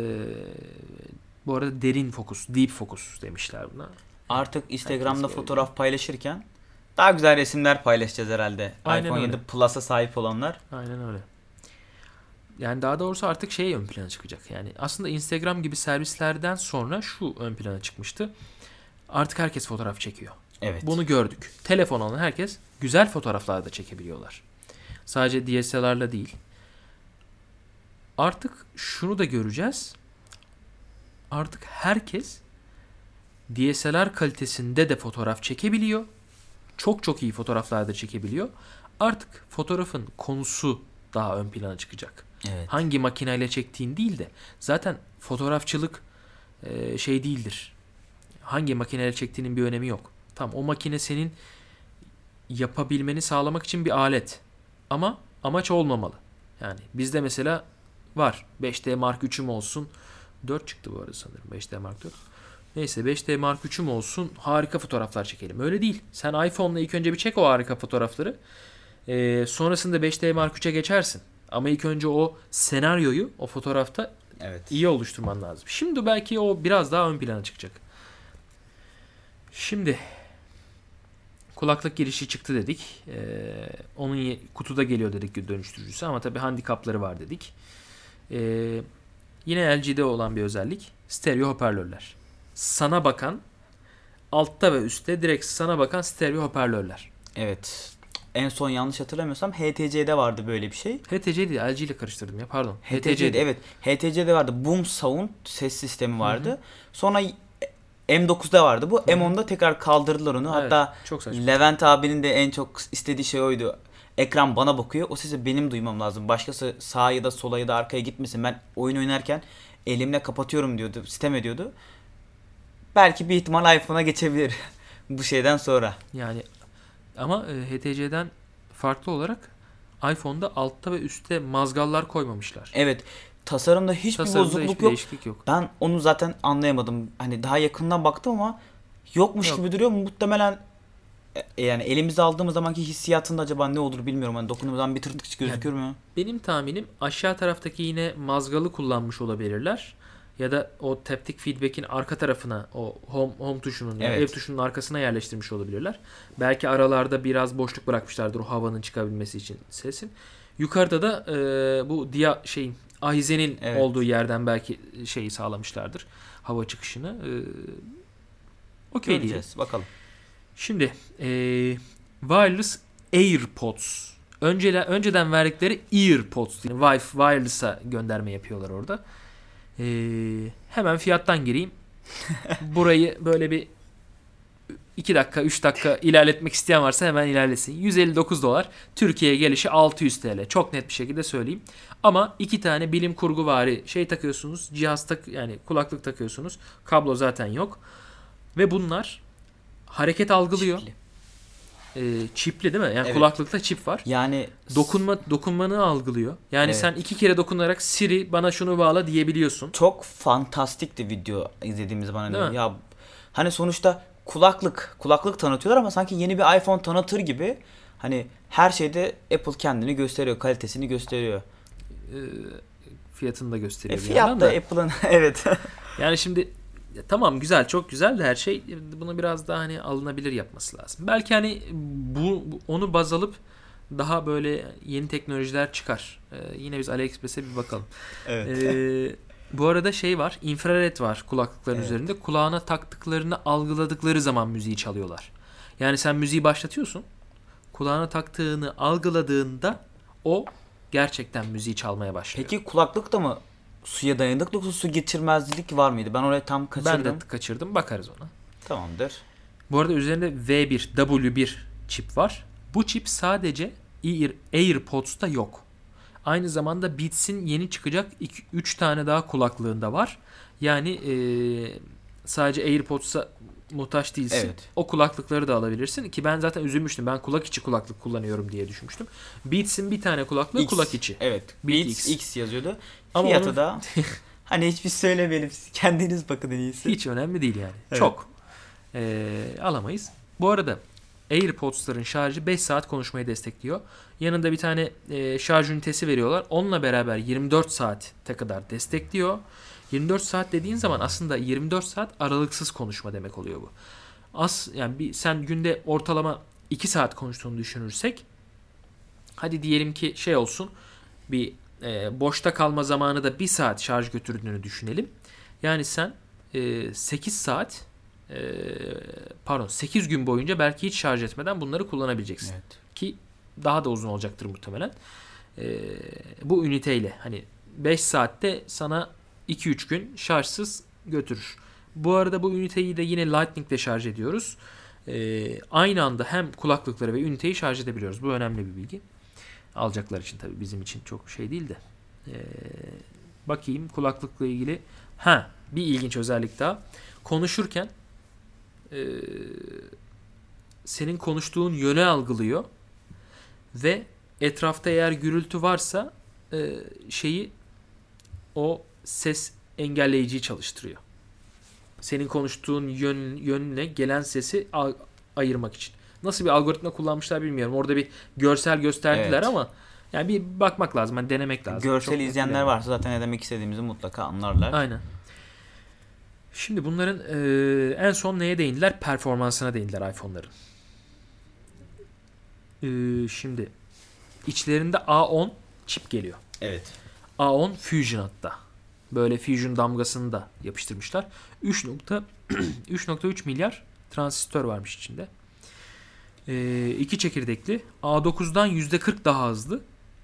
bu arada derin fokus, deep fokus demişler buna.
Artık Instagram'da
Herkes
fotoğraf paylaşırken daha güzel resimler paylaşacağız herhalde.
Aynen
iPhone
öyle.
7 Plus'a sahip olanlar.
Aynen öyle. Yani daha doğrusu artık şey ön plana çıkacak. Yani aslında Instagram gibi servislerden sonra şu ön plana çıkmıştı. Artık herkes fotoğraf çekiyor.
Evet.
Bunu gördük. Telefon olan herkes güzel fotoğraflar da çekebiliyorlar. Sadece DSLR'la değil. Artık şunu da göreceğiz. Artık herkes DSLR kalitesinde de fotoğraf çekebiliyor. Çok çok iyi fotoğraflar da çekebiliyor. Artık fotoğrafın konusu daha ön plana çıkacak.
Evet.
Hangi makineyle çektiğin değil de zaten fotoğrafçılık şey değildir. Hangi makineyle çektiğinin bir önemi yok. Tamam, o makine senin yapabilmeni sağlamak için bir alet. Ama amaç olmamalı. Yani bizde mesela var. 5D Mark 3'üm olsun. 4 çıktı bu arada sanırım. 5D Mark 4. Neyse 5D Mark 3'üm olsun. Harika fotoğraflar çekelim. Öyle değil. Sen iPhone'la ilk önce bir çek o harika fotoğrafları. Sonrasında 5D Mark 3'e geçersin. Ama ilk önce o senaryoyu o fotoğrafta
Evet.
iyi oluşturman lazım. Şimdi belki o biraz daha ön plana çıkacak. Şimdi kulaklık girişi çıktı dedik. Onun kutuda geliyor dedik dönüştürücüsü ama tabii handikapları var dedik. Yine LG'de olan bir özellik. Stereo hoparlörler. Sana bakan, altta ve üstte direkt sana bakan stereo hoparlörler.
Evet. En son yanlış hatırlamıyorsam HTC'de vardı böyle bir şey.
HTC değil, LG ile karıştırdım ya, pardon.
HTC'de evet. HTC'de vardı. Boom Sound ses sistemi vardı.
Hı-hı.
Sonra M9'da vardı bu.
Hı-hı.
M10'da tekrar kaldırdılar onu.
Evet,
hatta
çok saçma.
Levent abinin de en çok istediği şey oydu. Ekran bana bakıyor. O sesi benim duymam lazım. Başkası sağa ya da sola ya da arkaya gitmesin. Ben oyun oynarken elimle kapatıyorum diyordu. Sitem ediyordu. Belki bir ihtimal iPhone'a geçebilir bu şeyden sonra.
Yani ama HTC'den farklı olarak iPhone'da altta ve üstte mazgallar koymamışlar.
Evet. Tasarımda hiçbir
Tasarımda
bozukluk
hiçbir
yok.
değişiklik yok.
Ben onu zaten anlayamadım. Hani daha yakından baktım ama yokmuş
Yok.
gibi duruyor. Muhtemelen yani elimize aldığımız zamanki hissiyatında acaba ne olur bilmiyorum. Hani dokunduğumuz bir tırtık gözükür mü?
Benim tahminim aşağı taraftaki yine mazgalı kullanmış olabilirler. Ya da o taptic feedback'in arka tarafına o home tuşunun yani
Evet.
ev tuşunun arkasına yerleştirmiş olabilirler. Belki aralarda biraz boşluk bırakmışlardır o havanın çıkabilmesi için sesin. Yukarıda da bu ahizenin
Evet.
olduğu yerden belki şeyi sağlamışlardır. Hava çıkışını. Okey diyelim.
Göreceğiz. Bakalım.
Şimdi wireless AirPods. Önceden verdikleri EarPods. Yani wireless'a gönderme yapıyorlar orada. Hemen fiyattan gireyim. Burayı böyle bir 2 dakika 3 dakika ilerletmek isteyen varsa hemen ilerlesin. 159 dolar. Türkiye'ye gelişi 600 TL. Çok net bir şekilde söyleyeyim. Ama 2 tane bilim kurguvari şey takıyorsunuz. Yani kulaklık takıyorsunuz. Kablo zaten yok. Ve bunlar hareket algılıyor.
Çipli.
Çipli değil mi? Yani
Evet.
kulaklıkta çip var.
Yani
Dokunmanı algılıyor. Yani
Evet.
sen 2 kere dokunarak Siri bana şunu bağla diyebiliyorsun.
çok fantastikti video izlediğimiz zaman.
Değil mi?
Ya hani sonuçta kulaklık tanıtıyorlar ama sanki yeni bir iPhone tanıtır gibi. Hani her şeyde Apple kendini gösteriyor, kalitesini gösteriyor.
Fiyatını da gösteriyor bir
Fiyat
yandan
da
da.
Apple'ın evet.
Yani şimdi tamam güzel, çok güzel de her şey, bunu biraz daha hani alınabilir yapması lazım. Belki hani onu baz alıp daha böyle yeni teknolojiler çıkar. Yine biz AliExpress'e bir bakalım. Bu arada şey var, infrared var kulaklıkların
Evet.
üzerinde. Kulağına taktıklarını algıladıkları zaman müziği çalıyorlar. Yani sen müziği başlatıyorsun. Kulağına taktığını algıladığında o gerçekten müziği çalmaya başlıyor.
Peki kulaklık da mı suya dayanıklı yoksa su geçirmezlik var mıydı? Ben orayı tam kaçırdım.
Ben de kaçırdım. Bakarız ona.
Tamamdır.
Bu arada üzerinde V1, W1 çip var. Bu çip sadece AirPods'ta yok. Aynı zamanda Beats'in yeni çıkacak 3 tane daha kulaklığında var. Yani sadece AirPods'a muhtaç değilsin.
Evet.
O kulaklıkları da alabilirsin. Ki ben zaten üzülmüştüm. Ben kulak içi kulaklık kullanıyorum diye düşünmüştüm. Beats'in bir tane kulaklığı kulak içi.
Evet.
Beats
Beats X yazıyordu.
Ama
Fiyatı
onu-
da hani hiçbir söylemeyelim. Siz kendiniz bakın en iyisi.
Hiç önemli değil yani.
Evet.
Çok. Alamayız. Bu arada AirPods'ların şarjı 5 saat konuşmayı destekliyor. Yanında bir tane şarj ünitesi veriyorlar. Onunla beraber 24 saate kadar destekliyor. 24 saat dediğin zaman aslında 24 saat aralıksız konuşma demek oluyor bu. Yani sen günde ortalama 2 saat konuştuğunu düşünürsek, hadi diyelim ki şey olsun, bir boşta kalma zamanı da 1 saat şarj götürdüğünü düşünelim. Yani sen 8 saat pardon 8 gün boyunca belki hiç şarj etmeden bunları kullanabileceksin.
Evet.
Ki daha da uzun olacaktır muhtemelen. Bu üniteyle hani 5 saatte sana 2-3 gün şarjsız götürür. Bu arada bu üniteyi de yine Lightning ile şarj ediyoruz. Aynı anda hem kulaklıkları ve üniteyi şarj edebiliyoruz. Bu önemli bir bilgi. Alacaklar için tabii, bizim için çok şey değil de. Bakayım kulaklıkla ilgili. Bir ilginç özellik daha. Konuşurken senin konuştuğun yöne algılıyor ve etrafta eğer gürültü varsa o ses engelleyiciyi çalıştırıyor. Senin konuştuğun yönüne gelen sesi ayırmak için. Nasıl bir algoritma kullanmışlar bilmiyorum. Orada bir görsel gösterdiler ama yani bir bakmak lazım, hani denemek lazım.
Görsel izleyenler varsa zaten ne demek istediğimizi mutlaka anlarlar.
Aynen. Şimdi bunların en son neye değindiler? Performansına değindiler iPhone'ların. Şimdi içlerinde A10 çip geliyor.
Evet.
A10 Fusion hatta. Böyle Fusion damgasını da yapıştırmışlar. 3.3 milyar transistör varmış içinde. 2 çekirdekli. A9'dan %40 daha hızlı.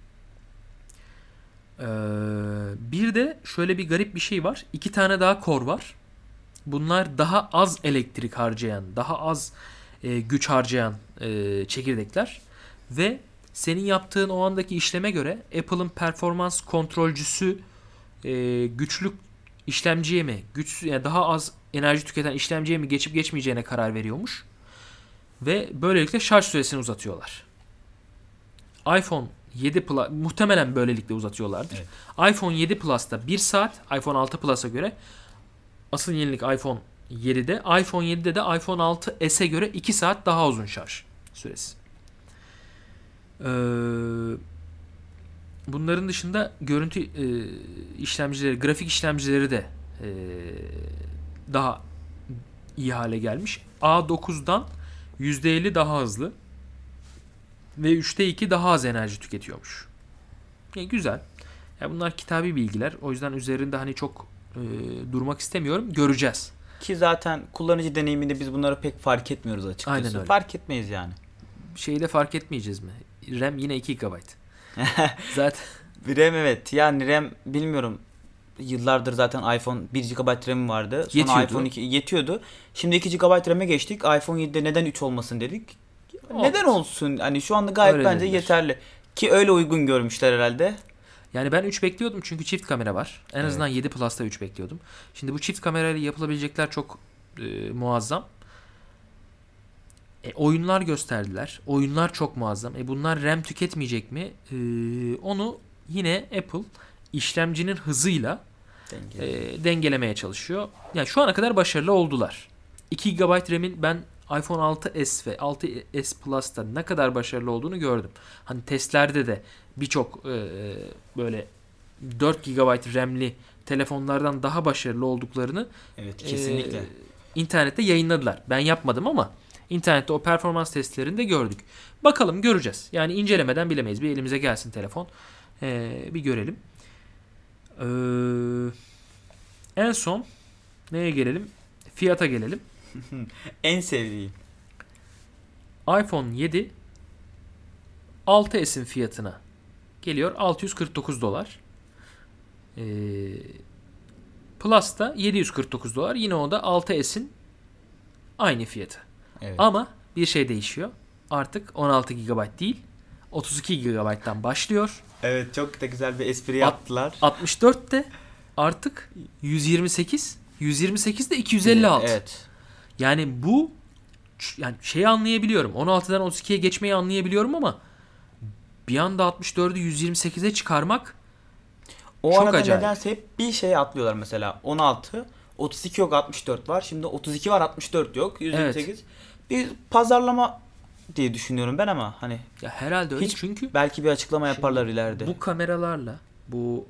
Bir de şöyle bir garip bir şey var. 2 tane daha core var. Bunlar daha az elektrik harcayan, daha az güç harcayan çekirdekler. Ve senin yaptığın o andaki işleme göre Apple'ın performans kontrolcüsü güçlü işlemciye mi, yani daha az enerji tüketen işlemciye mi geçip geçmeyeceğine karar veriyormuş. Ve böylelikle şarj süresini uzatıyorlar. iPhone 7 Plus muhtemelen böylelikle uzatıyorlardır. Evet. iPhone 7 Plus'ta 1 saat, iPhone 6 Plus'a göre. Asıl yenilik iPhone 7'de. iPhone 7'de de iPhone 6s'e göre 2 saat daha uzun şarj süresi. Bunların dışında görüntü işlemcileri, grafik işlemcileri de daha iyi hale gelmiş. A9'dan %50 daha hızlı ve 3'te 2 daha az enerji tüketiyormuş. Yani güzel. Yani bunlar kitabi bilgiler. O yüzden üzerinde hani çok durmak istemiyorum. Göreceğiz.
Ki zaten kullanıcı deneyiminde biz bunları pek fark etmiyoruz açıkçası.
Aynen öyle.
Fark etmeyiz yani.
Şeyi de fark etmeyeceğiz mi? RAM yine 2 GB. Zaten
RAM evet. Yani RAM bilmiyorum. Yıllardır zaten iPhone 1 GB RAM vardı. Sonra
Yetiyordu.
iPhone 2 yetiyordu. Şimdi 2 GB RAM'e geçtik. iPhone 7'de neden 3 olmasın dedik. Neden olsun? Hani şu anda gayet
Öyle
bence
dediler.
Yeterli. Ki öyle uygun görmüşler herhalde.
yani ben 3 bekliyordum çünkü çift kamera var. En azından 7 Plus'ta 3 bekliyordum. Şimdi bu çift kamerayla yapılabilecekler çok muazzam. Oyunlar gösterdiler. Oyunlar çok muazzam. Bunlar RAM tüketmeyecek mi? Onu yine Apple işlemcinin hızıyla dengelemeye çalışıyor. Yani şu ana kadar başarılı oldular. 2 GB RAM'in ben iPhone 6s ve 6s Plus'ta ne kadar başarılı olduğunu gördüm. Hani testlerde de birçok böyle 4 GB RAM'li telefonlardan daha başarılı olduklarını
kesinlikle.
İnternette yayınladılar. Ben yapmadım ama internette o performans testlerinde gördük. Bakalım, göreceğiz. Yani incelemeden bilemeyiz. Bir elimize gelsin telefon. Bir görelim. En son neye gelelim? Fiyata gelelim.
En sevdiğim.
iPhone 7 6s'in fiyatına geliyor. $649. Plus da $749. Yine o da 6s'in aynı fiyatı.
Evet.
Ama bir şey değişiyor. Artık 16 GB değil, 32 GB'dan başlıyor.
Evet, çok da güzel bir espri yaptılar.
64 de artık 128, 128 de 256.
Evet.
Yani bu, yani şeyi anlayabiliyorum. 16'dan 32'ye geçmeyi anlayabiliyorum ama bir anda 64'ü 128'e çıkarmak
o
çok
arada
acayip.
nedense hep bir şey atlıyorlar mesela. 16, 32 yok, 64 var. Şimdi 32 var, 64 yok. 128. Evet. Bir pazarlama diye düşünüyorum ben ama hani
ya herhalde öyle, çünkü
belki bir açıklama yaparlar ileride.
Bu kameralarla bu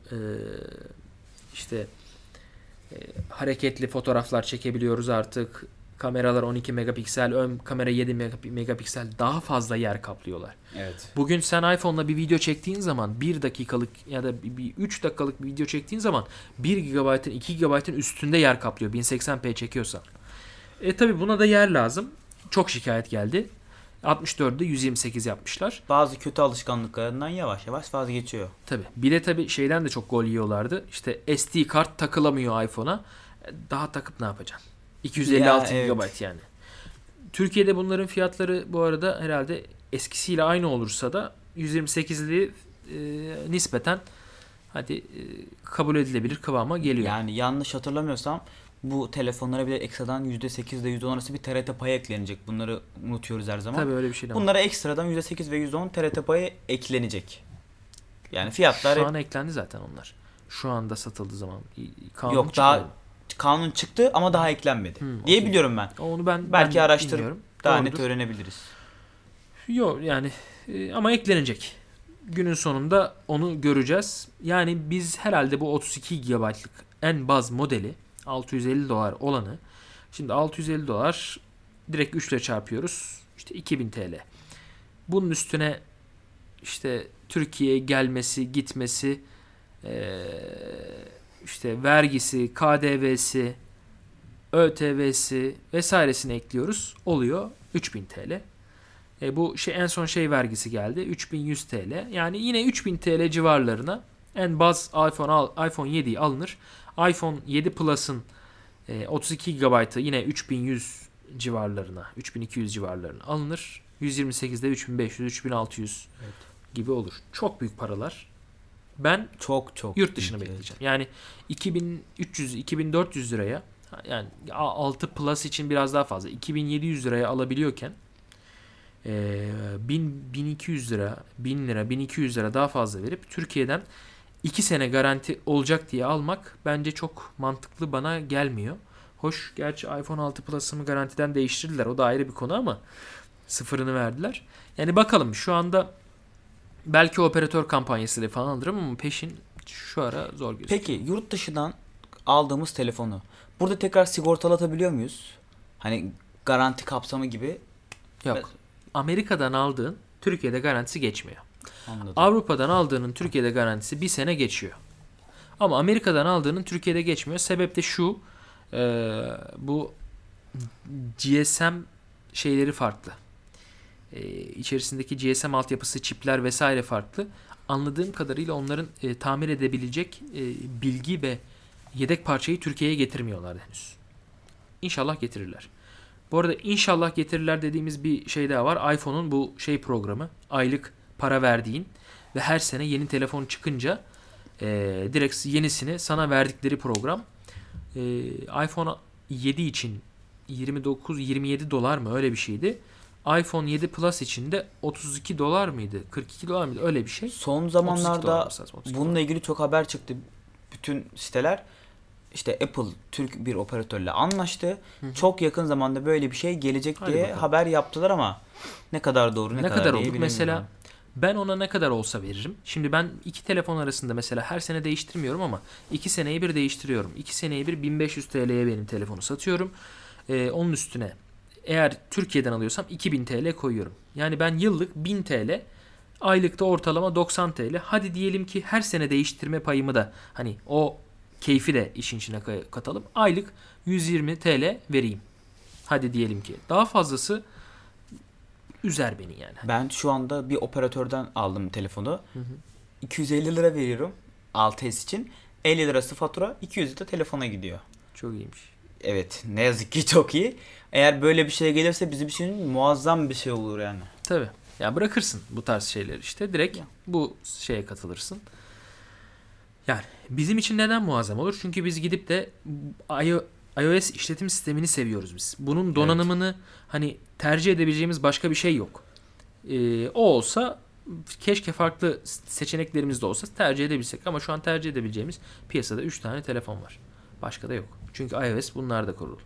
hareketli fotoğraflar çekebiliyoruz artık. Kameralar 12 megapiksel, ön kamera 7 megapiksel, daha fazla yer kaplıyorlar.
Evet.
Bugün sen iPhone'la bir video çektiğin zaman 1 dakikalık ya da bir 3 dakikalık bir video çektiğin zaman 1 GB'ın 2 GB'ın üstünde yer kaplıyor 1080p çekiyorsan. Tabii buna da yer lazım. Çok şikayet geldi. 64'de 128 yapmışlar.
Bazı kötü alışkanlıklarından yavaş yavaş vazgeçiyor.
Tabii. Bir de tabii şeyden de çok gol yiyorlardı. İşte SD kart takılamıyor iPhone'a. Daha takıp ne yapacaksın? 256
Ya, evet.
GB yani. Türkiye'de bunların fiyatları bu arada herhalde eskisiyle aynı olursa da 128'li nispeten hadi kabul edilebilir kıvama geliyor.
Yani yanlış hatırlamıyorsam bu telefonlara bir de ekstradan %8 ile %10 arası bir TRT payı eklenecek. Bunları unutuyoruz her zaman.
Tabii öyle bir şey de var.
Bunlara ekstradan %8 ve %10 TRT payı eklenecek. Yani fiyatlar
Şu an eklendi zaten onlar. Şu anda satıldığı zaman. Kanun
yok,
çıktı
daha
mı?
kanun çıktı ama daha eklenmedi diye
okey.
biliyorum ben.
Onu ben
Belki
ben
araştırıp
bilmiyorum.
daha
Doğrudur.
net öğrenebiliriz.
Yok yani ama eklenecek. Günün sonunda onu göreceğiz. Yani biz herhalde bu 32 GB'lık en baz modeli $650 olanı, şimdi $650 direkt 3 ile çarpıyoruz. İşte 2000 TL. Bunun üstüne işte Türkiye'ye gelmesi, gitmesi, işte vergisi, KDV'si, ÖTV'si vesairesini ekliyoruz. Oluyor 3000 TL. Bu en son vergisi geldi. 3100 TL. Yani yine 3000 TL civarlarına en baz iPhone 7 alınır. iPhone 7 Plus'ın 32 GB'ı yine 3100 civarlarına, 3200 civarlarına alınır. 128'de 3500, 3600
Evet.
gibi olur. Çok büyük paralar. Ben
Çok
yurt dışını
büyük,
bekleyeceğim. Yani 2300, 2400 liraya, yani 6 Plus için biraz daha fazla, 2700 liraya alabiliyorken 1200 lira, 1000 lira, 1200 lira daha fazla verip Türkiye'den 2 sene garanti olacak diye almak bence çok mantıklı bana gelmiyor. Hoş, gerçi iPhone 6 Plus'ımı garantiden değiştirdiler. O da ayrı bir konu ama sıfırını verdiler. Yani bakalım, şu anda belki operatör kampanyasıyla falan alırım ama peşin şu ara zor gözüküyor.
Peki yurt dışından aldığımız telefonu burada tekrar sigortalatabiliyor muyuz? Hani garanti kapsamı gibi.
Yok. Amerika'dan aldığın Türkiye'de garantisi geçmiyor.
Anladım.
Avrupa'dan aldığının Türkiye'de garantisi bir sene geçiyor. Ama Amerika'dan aldığının Türkiye'de geçmiyor. Sebep de şu. Bu GSM şeyleri farklı. İçerisindeki GSM altyapısı, çipler vesaire farklı. Anladığım kadarıyla onların tamir edebilecek bilgi ve yedek parçayı Türkiye'ye getirmiyorlar henüz. İnşallah getirirler. Bu arada inşallah getirirler dediğimiz bir şey daha var. iPhone'un bu programı. Aylık para verdiğin ve her sene yeni telefon çıkınca direkt yenisini sana verdikleri program. iPhone 7 için 29-27 dolar mı, öyle bir şeydi. iPhone 7 Plus için de 32 dolar mıydı? 42 dolar mıydı? Öyle bir şey.
Son zamanlarda
32
bununla
dolar.
ilgili çok haber çıktı. Bütün siteler işte Apple Türk bir operatörle anlaştı. Çok yakın zamanda böyle bir şey gelecek
Hadi
diye
bakalım.
haber yaptılar ama ne kadar doğru, ne kadar değil
olur?
bilemiyorum.
Mesela ben ona ne kadar olsa veririm. Şimdi ben iki telefon arasında mesela her sene değiştirmiyorum ama 2 seneye bir değiştiriyorum. 2 seneye bir 1500 TL'ye benim telefonu satıyorum. Onun üstüne eğer Türkiye'den alıyorsam 2000 TL koyuyorum. Yani ben yıllık 1000 TL, aylıkta ortalama 90 TL. Hadi diyelim ki her sene değiştirme payımı da, hani o keyfi de işin içine katalım. Aylık 120 TL vereyim. Hadi diyelim ki. Daha fazlası üzer beni yani.
Ben şu anda bir operatörden aldım telefonu. 250 lira veriyorum 6S için. 50 lirası fatura, 200 de telefona gidiyor.
Çok iyiymiş.
Evet, ne yazık ki çok iyi. Eğer böyle bir şey gelirse bizim için muazzam bir şey olur yani.
Tabii. Ya bırakırsın bu tarz şeyler işte. Direkt
Ya.
bu şeye katılırsın. Yani bizim için neden muazzam olur? Çünkü biz gidip de iOS işletim sistemini seviyoruz biz. Bunun donanımını hani tercih edebileceğimiz başka bir şey yok. O olsa keşke farklı seçeneklerimiz de olsa tercih edebilsek. Ama şu an tercih edebileceğimiz piyasada 3 tane telefon var. Başka da yok. Çünkü iOS bunlar da kurulu.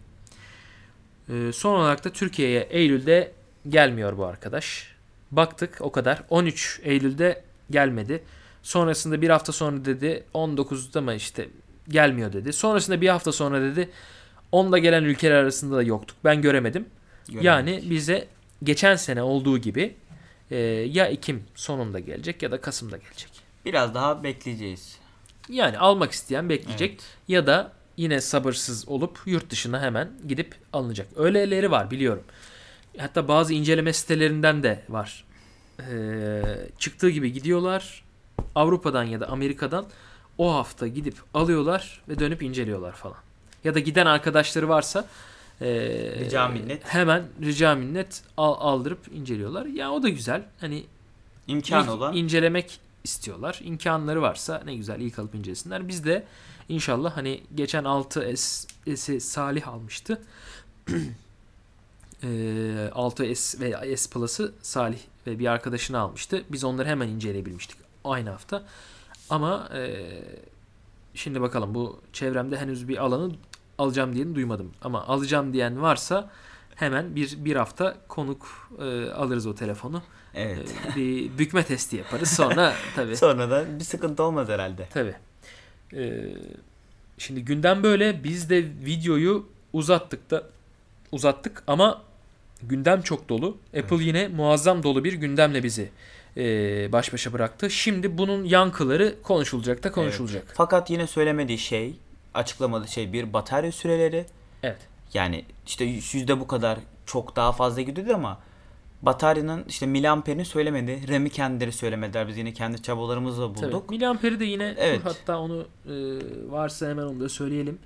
Son olarak da Türkiye'ye Eylül'de gelmiyor bu arkadaş. Baktık o kadar. 13 Eylül'de gelmedi. Sonrasında bir hafta sonra dedi 19'da mı işte gelmiyor dedi. Sonrasında bir hafta sonra dedi 10'da gelen ülkeler arasında da yoktuk. Ben göremedim. Yani bize geçen sene olduğu gibi ya Ekim sonunda gelecek ya da Kasım'da gelecek.
Biraz daha bekleyeceğiz.
Yani almak isteyen bekleyecek
Evet.
ya da yine sabırsız olup yurt dışına hemen gidip alınacak. Öyleleri var biliyorum. Hatta bazı inceleme sitelerinden de var. Çıktığı gibi gidiyorlar. Avrupa'dan ya da Amerika'dan o hafta gidip alıyorlar ve dönüp inceliyorlar falan. Ya da giden arkadaşları varsa
Rica minnet.
hemen rica minnet aldırıp inceliyorlar. Ya o da güzel. Hani
İmkan
İlk
olan.
incelemek istiyorlar. İmkanları varsa ne güzel ilk alıp incelesinler. Biz de inşallah hani geçen 6S'i Salih almıştı. 6S ve S Plus'ı Salih ve bir arkadaşını almıştı. Biz onları hemen inceleyebilmiştik aynı hafta. Ama şimdi bakalım, bu çevremde henüz bir alanı alacağım diyeni duymadım. Ama alacağım diyen varsa hemen bir hafta konuk alırız o telefonu.
Evet.
Bir bükme testi yaparız. Sonra tabii.
Sonra da bir sıkıntı olmaz herhalde.
Tabii. Şimdi gündem böyle. Biz de videoyu uzattık ama gündem çok dolu. Apple yine muazzam dolu bir gündemle bizi baş başa bıraktı. Şimdi bunun yankıları konuşulacak da konuşulacak.
Evet. Fakat yine söylemediği şey, açıklamadığı şey bir batarya süreleri.
Evet.
Yani işte yüzde bu kadar çok daha fazla gidiyordu ama bataryanın işte miliamperini söylemedi. RAM'i kendileri söylemediler. Biz yine kendi çabalarımızla bulduk.
Tabii. Miliamperi de yine
Evet.
hatta onu varsa hemen onu da söyleyelim.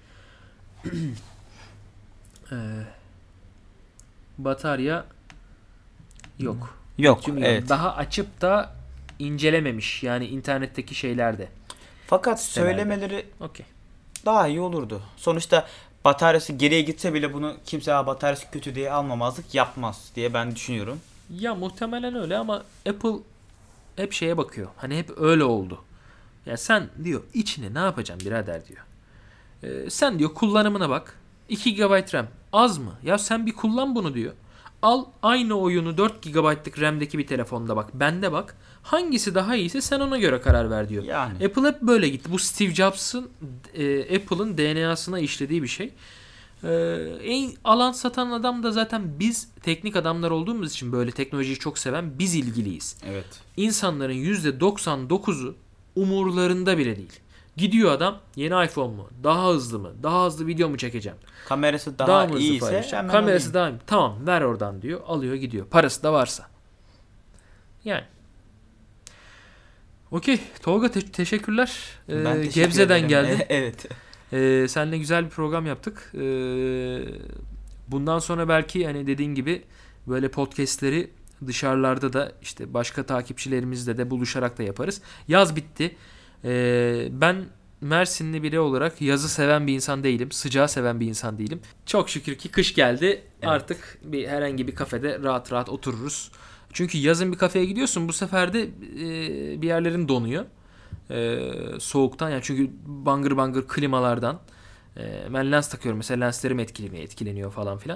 Batarya yok.
Yok.
Çünkü
Evet.
daha açıp da incelememiş. Yani internetteki şeylerde.
Fakat
Sitelerde.
söylemeleri
Okey.
daha iyi olurdu. Sonuçta bataryası geriye gitse bile bunu kimse bataryası kötü diye almamazlık yapmaz diye ben düşünüyorum.
Ya muhtemelen öyle ama Apple hep şeye bakıyor. Hani hep öyle oldu. Ya sen diyor içine ne yapacaksın birader diyor. Sen diyor kullanımına bak. 2 GB RAM az mı? Ya sen bir kullan bunu diyor. Al aynı oyunu 4 GB'lık RAM'deki bir telefonda bak. Bende bak. Hangisi daha iyiyse sen ona göre karar ver diyor.
Yani.
Apple hep böyle gitti. Bu Steve Jobs'ın Apple'ın DNA'sına işlediği bir şey. En alan satan adam da zaten biz teknik adamlar olduğumuz için, böyle teknolojiyi çok seven biz ilgiliyiz.
Evet.
İnsanların %99'u umurlarında bile değil. Gidiyor adam, yeni iPhone mu? Daha hızlı mı? Daha hızlı video mu çekeceğim?
Kamerası daha
mı hızlı
iyiyse
paylaşacağım?
hemen
Kamerası
alayım.
daha iyi. Tamam ver oradan diyor. Alıyor gidiyor. Parası da varsa. Yani. Okey. Tolga teşekkürler.
Ben teşekkür
Gebze'den
ederim.
geldin.
Evet.
Seninle güzel bir program yaptık. Bundan sonra belki hani dediğin gibi böyle podcastleri dışarılarda da işte başka takipçilerimizle de buluşarak da yaparız. Yaz bitti. Ben Mersinli biri olarak yazı seven bir insan değilim. Sıcağı seven bir insan değilim. Çok şükür ki kış geldi.
Evet.
Artık herhangi bir kafede rahat rahat otururuz. Çünkü yazın bir kafeye gidiyorsun, bu sefer de bir yerlerin donuyor. Soğuktan, yani çünkü bangır bangır klimalardan. Ben lens takıyorum mesela, lenslerim etkileniyor falan filan.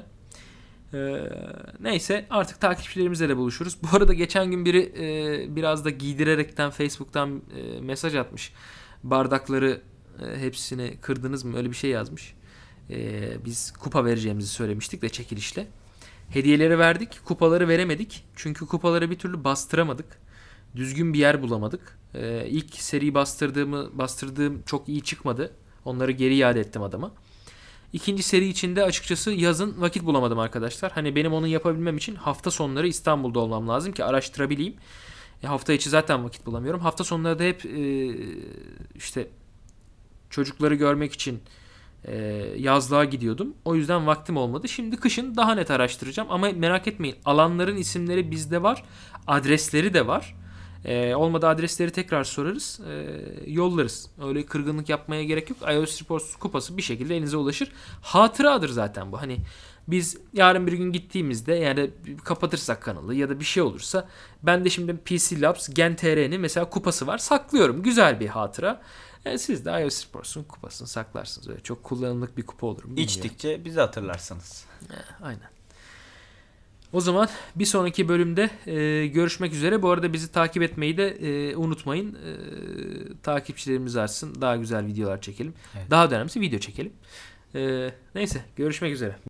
Neyse artık takipçilerimizle de buluşuruz. Bu arada geçen gün biri biraz da giydirerekten Facebook'tan mesaj atmış. Bardakları hepsini kırdınız mı? Öyle bir şey yazmış. Biz kupa vereceğimizi söylemiştik de çekilişle. Hediyeleri verdik. Kupaları veremedik. Çünkü kupaları bir türlü bastıramadık. Düzgün bir yer bulamadık. İlk seri bastırdığım çok iyi çıkmadı. Onları geri iade ettim adama. İkinci seri içinde açıkçası yazın vakit bulamadım arkadaşlar. Hani benim onu yapabilmem için hafta sonları İstanbul'da olmam lazım ki araştırabileyim. Hafta içi zaten vakit bulamıyorum. Hafta sonları da hep işte çocukları görmek için yazlığa gidiyordum. O yüzden vaktim olmadı. Şimdi kışın daha net araştıracağım. Ama merak etmeyin, alanların isimleri bizde var. Adresleri de var. Olmadı adresleri tekrar sorarız. Yollarız. Öyle kırgınlık yapmaya gerek yok. iOS Reports kupası bir şekilde elinize ulaşır. Hatıradır zaten bu. Hani biz yarın bir gün gittiğimizde, yani kapatırsak kanalı ya da bir şey olursa, ben de şimdi PC Labs Gen TR'nin mesela kupası var. Saklıyorum. Güzel bir hatıra. Siz de iOS Reports'un kupasını saklarsınız. Öyle çok kullanımlık bir kupa olur mu bilmiyorum.
İçtikçe bizi hatırlarsınız.
Aynen. O zaman bir sonraki bölümde görüşmek üzere. Bu arada bizi takip etmeyi de unutmayın. Takipçilerimiz artsın. Daha güzel videolar çekelim.
Evet.
Daha da önemlisi video çekelim. Neyse görüşmek üzere.